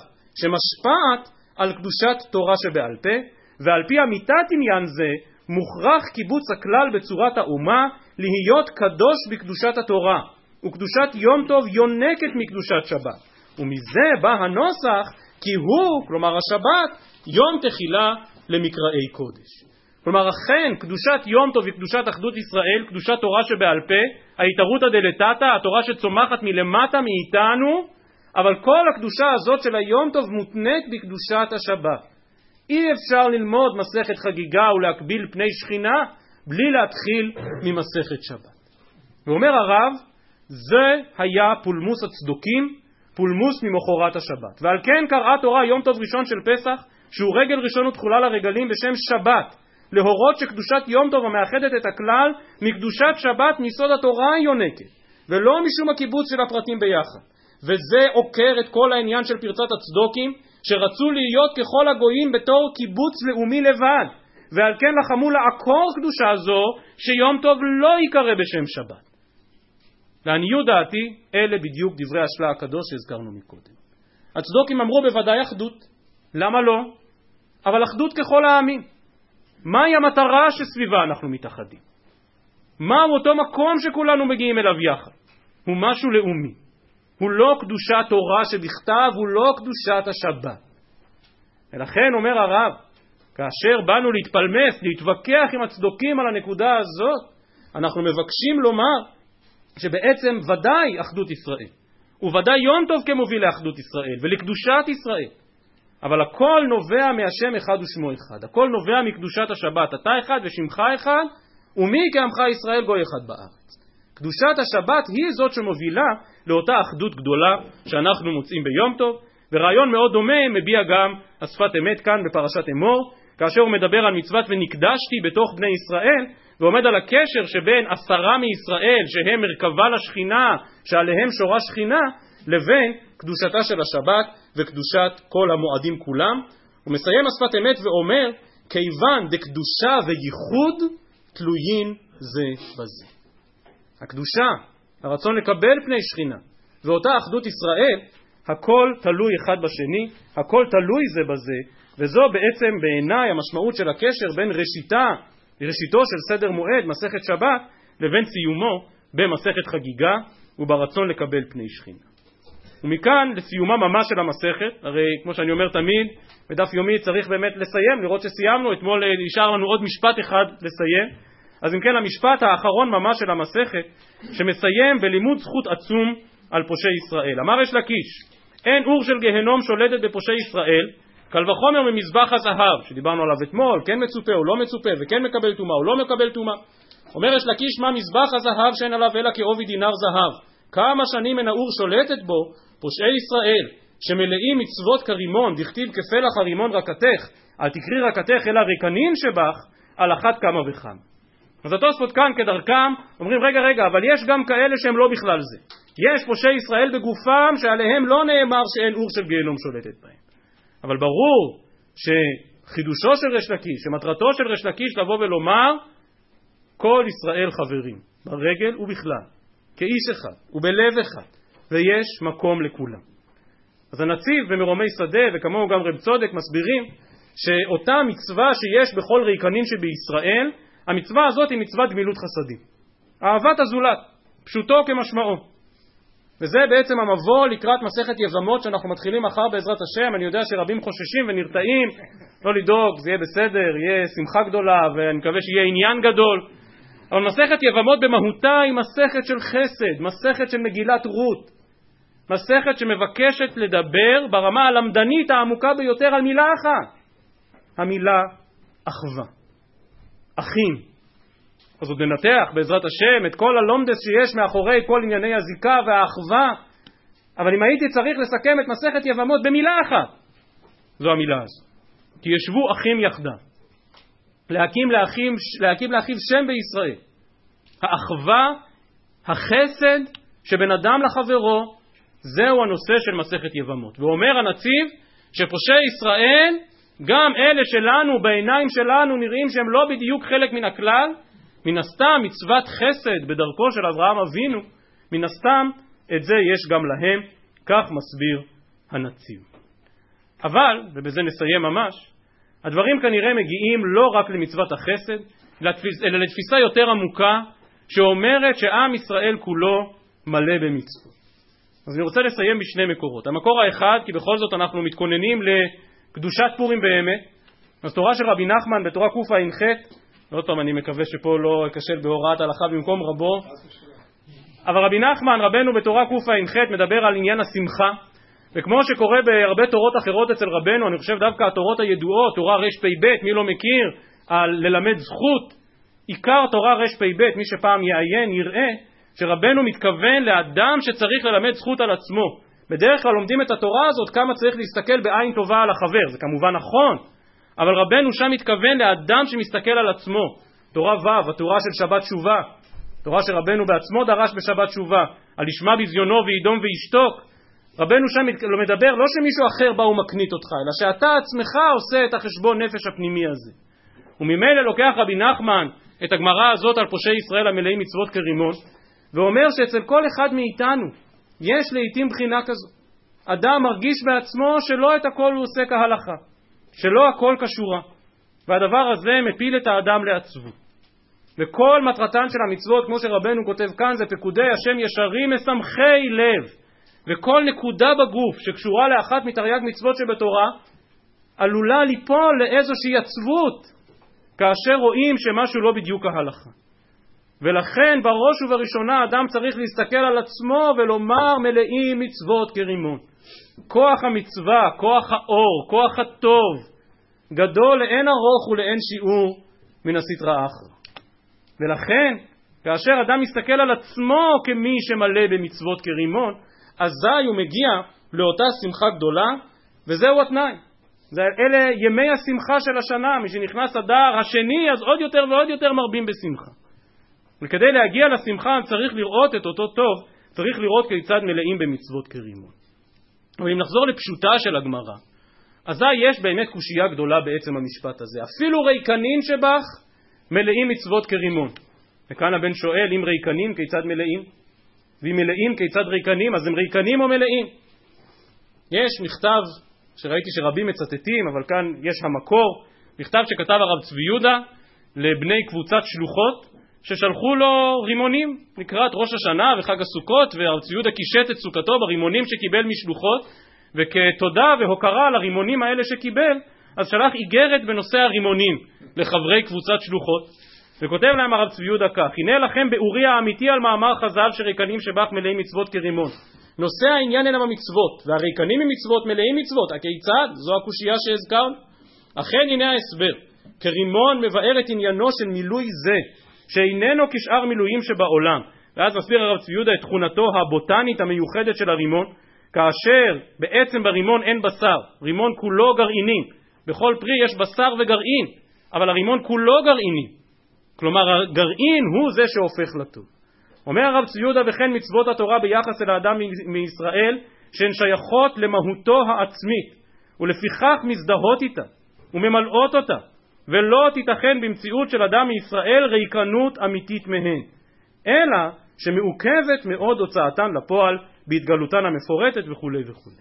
שמשפעת על קדושת תורה שבעל פה. ועל פי אמיתת עניין זה מוכרח קיבוץ הכלל בצורת האומה להיות קדוש בקדושת התורה, וקדושת יום טוב יונקת מקדושת שבת. ומזה בא הנוסח כי הוא, כלומר השבת, יום תחילה למקראי קודש. כלומר אכן קדושת יום טוב וקדושת אחדות ישראל, קדושת תורה שבעל פה, ההתערותא דלתתא, התורה שצומחת מלמטה מאיתנו, אבל כל הקדושה הזאת של היום טוב מותנית בקדושת השבת. אי אפשר ללמוד מסכת חגיגה ולהקביל פני שכינה בלי להתחיל ממסכת שבת. ואומר הרב, זה היה פולמוס הצדוקים, פולמוס ממחרת השבת. ועל כן קראה תורה יום טוב ראשון של פסח, שהוא רגל ראשון ותחולה לרגלים בשם שבת, להורות שקדושת יום טוב המאחדת את הכלל מקדושת שבת מיסוד התורה היונקת, ולא משום הקיבוץ של הפרטים ביחד. וזה עוקר את כל העניין של פרצת הצדוקים, שרצו להיות ככל הגויים בתור קיבוץ לאומי לבד, ועל כן לחמו לעקור קדושה זו שיום טוב לא יקרא בשם שבת. לעניות דעתי, אלה בדיוק דברי השל"ה הקדוש שהזכרנו מקודם. הצדוקים אמרו בוודאי אחדות, למה לא? אבל אחדות ככל העמים. מהי המטרה שסביבה אנחנו מתאחדים? מהו אותו מקום שכולנו מגיעים אליו יחד? הוא משהו לאומי. הוא לא קדושת תורה שבכתב, הוא לא קדושת השבת. ולכן אומר הרב, כאשר באנו להתפלמס, להתווכח עם הצדוקים על הנקודה הזאת, אנחנו מבקשים לומר שבעצם ודאי אחדות ישראל, וודאי יום טוב כמוביל לאחדות ישראל ולקדושת ישראל, אבל הכל נובע מהשם אחד ושמו אחד, הכל נובע מקדושת השבת, אתה אחד ושמך אחד, ומי כעמך ישראל גוי אחד בארץ. קדושת השבת היא זאת שמובילה לאותה אחדות גדולה שאנחנו מוצאים ביום טוב, ורעיון מאוד דומה מביע גם השפת אמת כאן בפרשת אמור, כאשר הוא מדבר על מצוות ונקדשתי בתוך בני ישראל, ועומד על הקשר שבין עשרה מישראל שהם מרכבה לשכינה, שעליהם שורה שכינה, לבין קדושתה של השבת וקדושת כל המועדים כולם. הוא מסיים השפת אמת ואומר, כיוון דקדושה וייחוד תלויים זה בזה. הקדושה, הרצון לקבל פני שכינה, ואותה אחדות ישראל, הכל תלוי אחד בשני, הכל תלוי זה בזה, וזו בעצם בעיניי המשמעות של הקשר בין ראשיתה, ראשיתו של סדר מועד, מסכת שבת, לבין סיומו במסכת חגיגה, וברצון לקבל פני שכינה. ומכאן לסיומה ממש של המסכת, הרי כמו שאני אומר תמיד, בדף יומי צריך באמת לסיים, לראות שסיימנו, אתמול נשאר לנו עוד משפט אחד לסיים, אז אם כן המשפט האחרון ממש של המסכת, שמסיים בלימוד זכות עצום על פושעי ישראל. אמר יש לקיש, אין אור של גהנום שולטת בפושעי ישראל, קל וחומר ממזבח הזהב, שדיברנו עליו אתמול, כן מצופה או לא מצופה, וכן מקבל תומה או לא מקבל תומה. אומר יש לקיש, מה מזבח הזהב שאין עליו אלא כעובי דינר זהב? כמה שנים אין האור שולטת בו, פושעי ישראל, שמלאים מצוות כרימון, דכתיב כפלח הרימון רקתך, אל תקרי רקתך אלא ריקנין שבך, על אחת כמה וכמה. אז התוספות כאן כדרכם אומרים רגע רגע, אבל יש גם כאלה שהם לא בכלל זה. יש פושעי ישראל בגופם שעליהם לא נאמר שאין אור של גיהנום שולטת בהם. אבל ברור שחידושו של ריש לקיש, שמטרתו של ריש לקיש לבוא ולומר, כל ישראל חברים, ברגל ובכלל, כאיש אחד ובלב אחד, ויש מקום לכולם. אז הנציב במרומי שדה וכמוהו גם רב צודק מסבירים שאותה מצווה שיש בכל ריקנין שבישראל, המצווה הזאת היא מצוות גמילות חסדים, אהבת הזולת, פשוטו כמשמעו. וזה בעצם המבוא לקראת מסכת יבמות שאנחנו מתחילים מחר בעזרת השם. אני יודע שרבים חוששים ונרתעים, לא לדאוג, זה יהיה בסדר, יהיה שמחה גדולה ואני מקווה שיהיה עניין גדול. אבל מסכת יבמות במהותה היא מסכת של חסד, מסכת של מגילת רות, מסכת שמבקשת לדבר ברמה הלמדנית העמוקה ביותר על מילה אחת, המילה אחווה, אחים. אז עוד ננתח בעזרת השם את כל הלומדס שיש מאחורי כל ענייני הזיקה והאחווה, אבל אם הייתי צריך לסכם את מסכת יבמות במילה אחת, זו המילה הזו, כי ישבו אחים יחדיו, להקים לאחים, להקים לאחיו שם בישראל. האחווה, החסד שבין אדם לחברו, זהו הנושא של מסכת יבמות. ואומר הנציב שפושעי ישראל, גם אלה שלנו בעיניים שלנו נראים שהם לא בדיוק חלק מן הכלל, מן הסתם מצוות חסד בדרכו של אברהם אבינו, מן הסתם את זה יש גם להם, כך מסביר הנציב. אבל, ובזה נסיים ממש, הדברים כנראה מגיעים לא רק למצוות החסד, אלא לתפיסה יותר עמוקה, שאומרת שעם ישראל כולו מלא במצוות. אז אני רוצה לסיים בשני מקורות. המקור האחד, כי בכל זאת אנחנו מתכוננים לקדושת פורים באמת, אז תורה של רבי נחמן בתורה קע"ח, עוד פעם אני מקווה שפה לא אקשל בהוראת הלכה במקום רבו, אבל רבי נחמן רבנו בתורה קע"ח מדבר על עניין השמחה, וכמו שקורה בהרבה תורות אחרות אצל רבנו, אני חושב דווקא התורות הידועות, תורה רפ"ב, מי לא מכיר, על ללמד זכות, עיקר תורה רפ"ב, מי שפעם יעיין יראה שרבנו מתכוון לאדם שצריך ללמד זכות על עצמו. בדרך כלל לומדים את התורה הזאת כמה צריך להסתכל בעין טובה על החבר, זה כמובן נכון, אבל רבנו שם מתכוון לאדם שמסתכל על עצמו. תורה ו', התורה של שבת שובה, תורה שרבנו בעצמו דרש בשבת שובה, על ישמע בזיונו וידום וישתוק. רבנו שם מדבר לא שמישהו אחר בא ומקנית אותך, אלא שאתה עצמך עושה את החשבון נפש הפנימי הזה. וממילא לוקח רבי נחמן את הגמרא הזאת על פושעי ישראל המלאים מצוות כרימון, ואומר שאצל כל אחד מאיתנו יש לעתים בחינה כזו. אדם מרגיש בעצמו שלא את הכל הוא עושה כהלכה, שלא הכל כשורה, והדבר הזה מפיל את האדם לעצבות. וכל מטרתן של המצוות, כמו שרבנו כותב כאן, זה פקודי השם ישרים משמחי לב. וכל נקודה בגוף שקשורה לאחת מתרי"ג מצוות שבתורה עלולה ליפול לאיזושהי עצבות כאשר רואים שמשהו לא בדיוק ההלכה. ולכן בראש ובראשונה אדם צריך להסתכל על עצמו ולומר מלאים מצוות כרימון. כוח המצווה, כוח האור, כוח הטוב גדול לאין ארוך ולאין שיעור מן הסטרא אחרא. ולכן כאשר אדם מסתכל על עצמו כמי שמלא במצוות כרימון, אזי הוא מגיע לאותה שמחה גדולה, וזהו התנאי. זה, אלה ימי השמחה של השנה, מי שנכנס אדר השני אז עוד יותר ועוד יותר מרבים בשמחה. וכדי להגיע לשמחה צריך לראות את אותו טוב, צריך לראות כיצד מלאים במצוות כרימון. ואם נחזור לפשוטה של הגמרא, אזי יש באמת קושייה גדולה בעצם המשפט הזה. אפילו ריקנין שבך מלאים מצוות כרימון. וכאן הבן שואל, אם ריקנים כיצד מלאים? ואם מלאים כיצד ריקנים? אז הם ריקנים או מלאים? יש מכתב שראיתי שרבים מצטטים, אבל כאן יש המקור, מכתב שכתב הרב צבי יהודה לבני קבוצת שלוחות ששלחו לו רימונים לקראת ראש השנה וחג הסוכות, והרב צבי יהודה קישט את סוכתו ברימונים שקיבל משלוחות, וכתודה והוקרה על הרימונים האלה שקיבל אז שלח איגרת בנושא הרימונים לחברי קבוצת שלוחות, וכותב להם הרב צבי יהודה כך: הנה לכם באורי האמיתי על מאמר חז"ל שריקנים שבך מלאים מצוות כרימון. נושא העניין אינם המצוות, והריקנים ממצוות מלאים מצוות. הכיצד? זו הקושייה שהזכרנו. אכן הנה ההסבר. כרימון מבאר את עניינו של מילוי זה שאיננו כשאר מילויים שבעולם. ואז מסביר הרב צבי יהודה את תכונתו הבוטנית המיוחדת של הרימון, כאשר בעצם ברימון אין בשר, רימון כולו גרעינים. בכל פרי יש בשר וגרעין, אבל הרימון כולו גרעיני. כלומר הגרעין הוא זה שהופך לטוב. אומר הרב צבי יהודה, וכן מצוות התורה ביחס אל האדם מישראל שהן שייכות למהותו העצמית, ולפיכך מזדהות איתה וממלאות אותה, ולא תיתכן במציאות של אדם מישראל ריקנות אמיתית מהן, אלא שמעוכבת מאוד הוצאתן לפועל בהתגלותן המפורטת וכו' וכו'.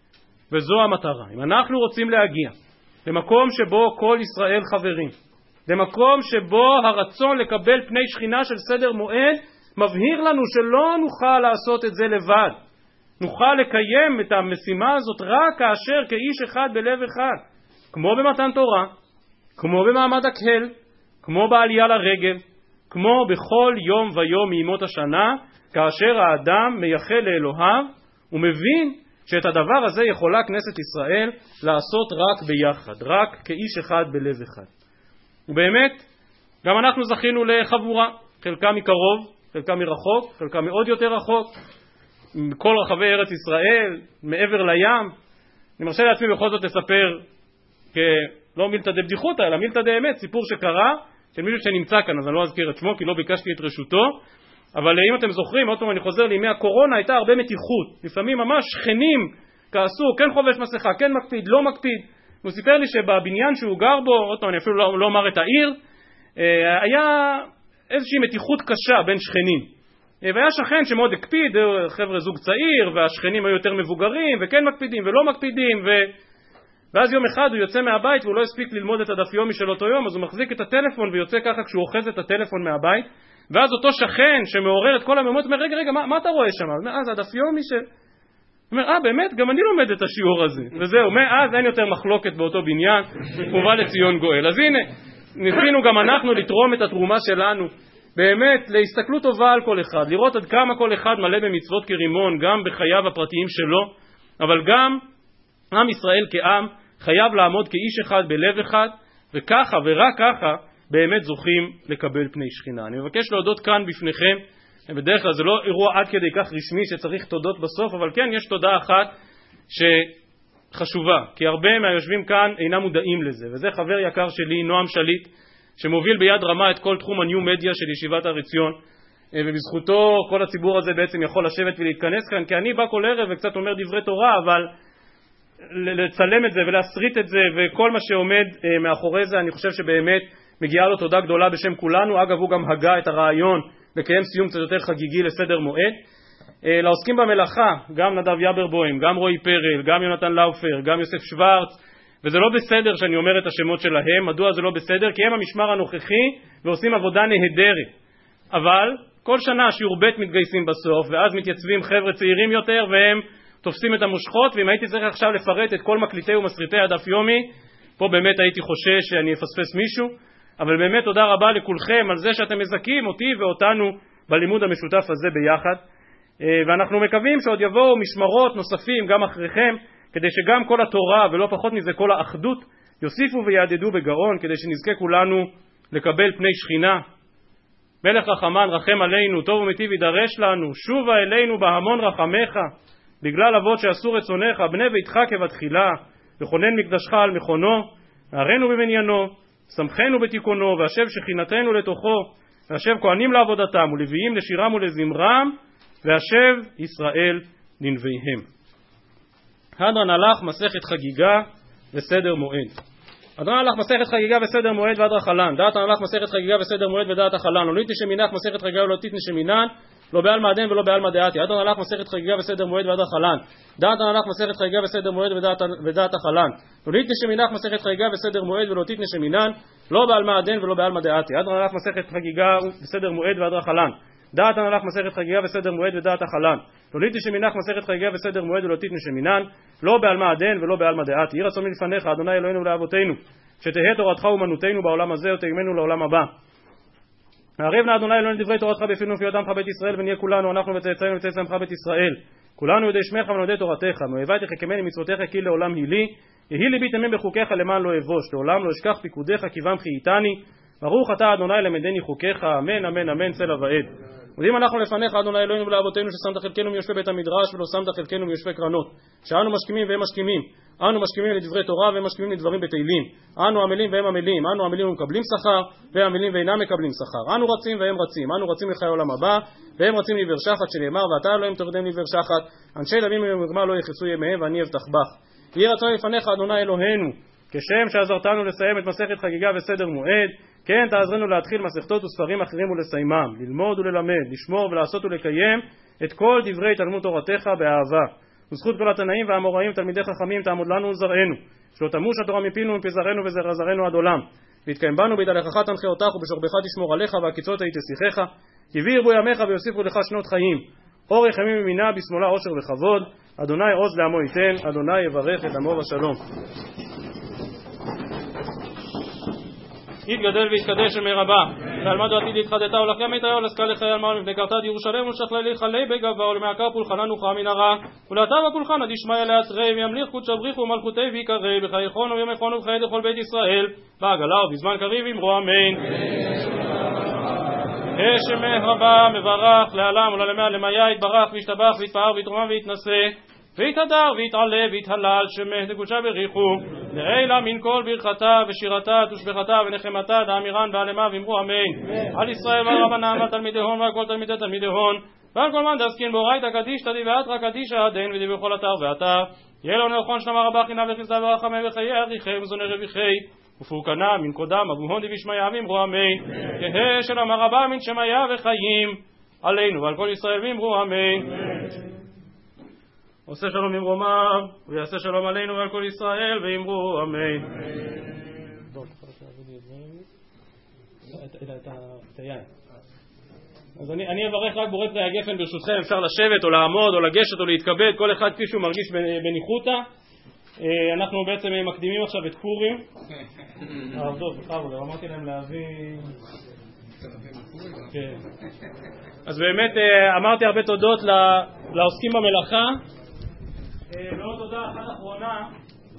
וזו המטרה. אם אנחנו רוצים להגיע למקום שבו כל ישראל חברים, למקום שבו הרצון לקבל פני שכינה של סדר מועד מבהיר לנו שלא נוכל לעשות את זה לבד, נוכל לקיים את המשימה הזאת רק כאשר כאיש אחד בלב אחד, כמו במתן תורה, כמו במעמד הקהל, כמו בעלייה לרגל, כמו בכל יום ויום מימות השנה, כאשר האדם מייחל לאלוהיו ומבין שאת הדבר הזה יכולה כנסת ישראל לעשות רק ביחד, רק כאיש אחד בלב אחד. ובאמת גם אנחנו זכינו לחבורה, חלקה מקרוב, חלקה מרחוק, חלקה מאוד יותר רחוק, מכל רחבי ארץ ישראל, מעבר לים. אני מרשה לעצמי בכל זאת לספר, לא מילתא דבדיחותא, אלא מילתא דאמת, סיפור שקרה של מישהו שנמצא כאן, אז אני לא אזכיר את שמו כי לא ביקשתי את רשותו, אבל אם אתם זוכרים, עוד פעם אני חוזר לימי הקורונה, הייתה הרבה מתיחות, לפעמים ממש שכנים כעסו, כן חובש מסכה, כן מקפיד, לא מקפיד. הוא סיפר לי שבבניין שהוא גר בו, עוד פעם אני אפילו לא, לא אומר את העיר, היה איזושהי מתיחות קשה בין שכנים, והיה שכן שמאוד הקפיד, חבר'ה זוג צעיר, והשכנים היו יותר מבוגרים וכן מקפידים ולא מקפידים, ו... ואז יום אחד הוא יוצא מהבית והוא לא הספיק ללמוד את הדף יומי של אותו יום, אז הוא מחזיק את הטלפון ויוצא ככה כשהוא אוחז את הטלפון מהבית, ואז אותו שכן שמעורר את כל המהומות אומר, רגע רגע מה, מה אתה רואה שם? אז הדף יומי ש... הוא אומר, אה באמת גם אני לומד את השיעור הזה, וזהו, מאז אין יותר מחלוקת באותו בניין, ובא לציון גואל. אז הנה, ניסינו גם אנחנו לתרום את התרומה שלנו באמת להסתכלות טובה על כל אחד, לראות עד כמה כל אחד מלא במצוות כרימון גם בחייו הפרטיים שלו, אבל גם עם ישראל כעם חייב לעמוד כאיש אחד בלב אחד, וככה ורק ככה באמת זוכים לקבל פני שכינה. אני מבקש להודות כאן בפניכם, בדרך כלל זה לא אירוע עד כדי כך רשמי שצריך תודות בסוף, אבל כן יש תודה אחת שחשובה, כי הרבה מהיושבים כאן אינם מודעים לזה, וזה חבר יקר שלי נועם שליט, שמוביל ביד רמה את כל תחום הניו מדיה של ישיבת הר עציון, ובזכותו כל הציבור הזה בעצם יכול לשבת ולהתכנס כאן, כי אני בא כל ערב וקצת אומר דברי תורה, אבל לצלם את זה ולהסריט את זה וכל מה שעומד מאחורי זה, אני חושב שבאמת מגיעה לו תודה גדולה בשם כולנו. אגב, הוא גם הגה את הרעיון לקיים סיום קצת יותר חגיגי לסדר מועד. לעוסקים במלאכה, גם נדב יברבוים, גם רועי פרל, גם יונתן לאופר, גם יוסף שוורץ, וזה לא בסדר שאני אומר את השמות שלהם. מדוע זה לא בסדר? כי הם המשמר הנוכחי ועושים עבודה נהדרת, אבל כל שנה שיעור ב' מתגייסים בסוף, ואז מתייצבים חבר'ה צעירים יותר והם תופסים את המושכות, ואם הייתי צריך עכשיו לפרט את כל מקליטי ומסריטי הדף יומי, פה באמת הייתי חושש שאני אפספס מישהו, אבל באמת תודה רבה לכולכם על זה שאתם מזכים אותי ואותנו בלימוד המשותף הזה ביחד, ואנחנו מקווים שעוד יבואו משמרות נוספים גם אחריכם, כדי שגם כל התורה ולא פחות מזה כל האחדות יוסיפו ויעדדו בגאון, כדי שנזכה כולנו לקבל פני שכינה. מלך רחמן רחם עלינו, טוב ומיטיב ידרש לנו, שובה אלינו בהמון רחמך, בגלל אבות שעשו רצונך, בני ביתך כבתחילה, וכונן מקדשך על מכונו, נערנו בבניינו, שמחנו בתיקונו, והשב שכינתנו לתוכו, והשב כהנים לעבודתם, ולוויים לשירם ולזמרם, והשב ישראל לנביהם. הדרן הלך מסכת חגיגה וסדר מועד. הדרן הלך מסכת חגיגה וסדר מועד והדרן חלן. דעת הלך מסכת חגיגה וסדר מועד ודעת החלן. לא ליטני שמינך מסכת חגיגה ולא תיתני שמינן, לא בעל מעדן ולא בעל מדעתי. הדרן הלך מסכת חגיגה וסדר מועד והדרן חלן. דעת הלך מסכת חגיגה וסדר מועד ודעת החלן. לא ליטני שמינך מסכת חגיגה וסדר מועד ולא תיתני שמינן, לא בעל מעדן ולא בעל מדעתי. הדרן הלך מסכת חגיגה וסדר מועד והדרן חלן. דעת הלך מסכת חגיגה וסדר מועד ודעת החלן. לא ליטני שמינך מסכת חגיגה וסדר מועד ולא תיתני שמינן, לא בעל מעדן ולא בעל מדעתי. יהי רצון מלפניך, אדוני אלוהינו ולאבותינו, שתהא תורתך אומנותנו בעולם הזה ותאמנו לעולם הבא. הערב נא אדוני אלוהינו דברי תורתך בפינו ובפי אדם בית ישראל, ונהיה כולנו אנחנו וצאצאינו וצאצאיך בית ישראל, כולנו יודעי שמך ולומדי תורתך, מאוהבי תחכמני מצוותיך כי לעולם היא לי, יהי ליבי תמים בחוקיך למען לא אבוש, לעולם לא אשכח פיקודיך כי בם חייתני, ברוך אתה אדוני למדני חוקיך, אמן אמן אמן צלע ועד. מודים אנחנו לפניך אדוני אלוהינו ולאבותינו ששמת חלקנו מיושבי בית המדרש ולא שמת חלקנו מיושבי קרנות, שאנו משכימים והם משכימים, אנו משכימים לדברי תורה והם משכימים לדברים בתהילים, אנו עמלים והם עמלים, אנו עמלים ומקבלים שכר והם עמלים ואינם מקבלים שכר, אנו רצים והם רצים, אנו רצים לחיי העולם הבא והם רצים לעבר שחת, שנאמר ואתה אלוהים תורדם לעבר שחת, אנשי דמים ומרמה לא יחצו ימיהם ואני אבטח בך. יהי רצון לפניך אדוני אלוהינו, כשם שעזרתנו לסיים את מסכת חגיגה וסדר מועד, כן תעזרנו להתחיל מסכתות וספרים אחרים ולסיימם, ללמוד וללמד, לשמור ולעשות ולקיים את כל דברי תלמוד תורתך באהבה. וזכות כל התנאים והאמוראים תלמידי חכמים תעמוד לנו ולזרענו, שלא תמוש התורה מפינו ומפי זרענו וזרע זרענו עד עולם. והתקיים בנו בהתהלכך תנחה אותך ובשוכבך תשמור עליך והקיצות היית תשיחך, כי וירבו ימיך ויוסיפו לך שנות חיים. אורך ימים ימינה בשמאלה עושר וכבוד, אדוני עוז לעמו ייתן, אדוני יברך את עמו בשלום. יתגדל ויתקדש מרבה, ועלמדו עתיד יתחדתה ולכם את היול עסקה לחיי אלמר מבני קרתת ירושלם ולשכלי ליכלי בגבה ולמעקר פולחנה נוחה מנהרה ולעתה ופולחנה דשמיא לעצרי וימליך קודש בריחו ומלכותי ויקרא בחיי חון וימי חון ובחיי דכל בית ישראל בעגלה ובזמן קריב אמרו אמן. השמך רבה מברך לעלם ולעלמי עלמיה יתברך וישתבח ויתפאר ויתרומם ויתנשא ויתהדר ויתעלה ויתהלל שמך דקודשה בריחו לעילה מן כל ברכתה ושירתה תושבחתה ונחמתה דאמירן בעלמה ואמרו אמן. על ישראל ועל רבנם ועל תלמידי הון ועל כל תלמידי תלמידי הון ועל כל מן דעסקין באורייתא קדישתא דבעתרא קדישא הדין ודיבר בכל אתר ואתר יהיה לו נכון שלמה רבה חינם וחסדה ורחמי וחיי אריכי ומזוני רוויחי ופורקנה מן קודם אבוהון דבישמיא ואמרו אמן. כהה שלמה רבה מן שמיא וחיים עלינו ועל כל ישראל ואמרו אמן. עושה שלום ממרומיו ויעשה שלום עלינו ועל כל ישראל ואמרו אמן. אז אני אברך רק בורא פרי הגפן ברשותכם, אפשר לשבת או לעמוד או לגשת או להתכבד, כל אחד כפי שהוא מרגיש בניחותא. אנחנו בעצם מקדימים עכשיו את פורים. הרב דוב, בכבוד, אמרתי להם להביא... אז באמת אמרתי הרבה תודות לעוסקים במלאכה. ועוד תודה אחת אחרונה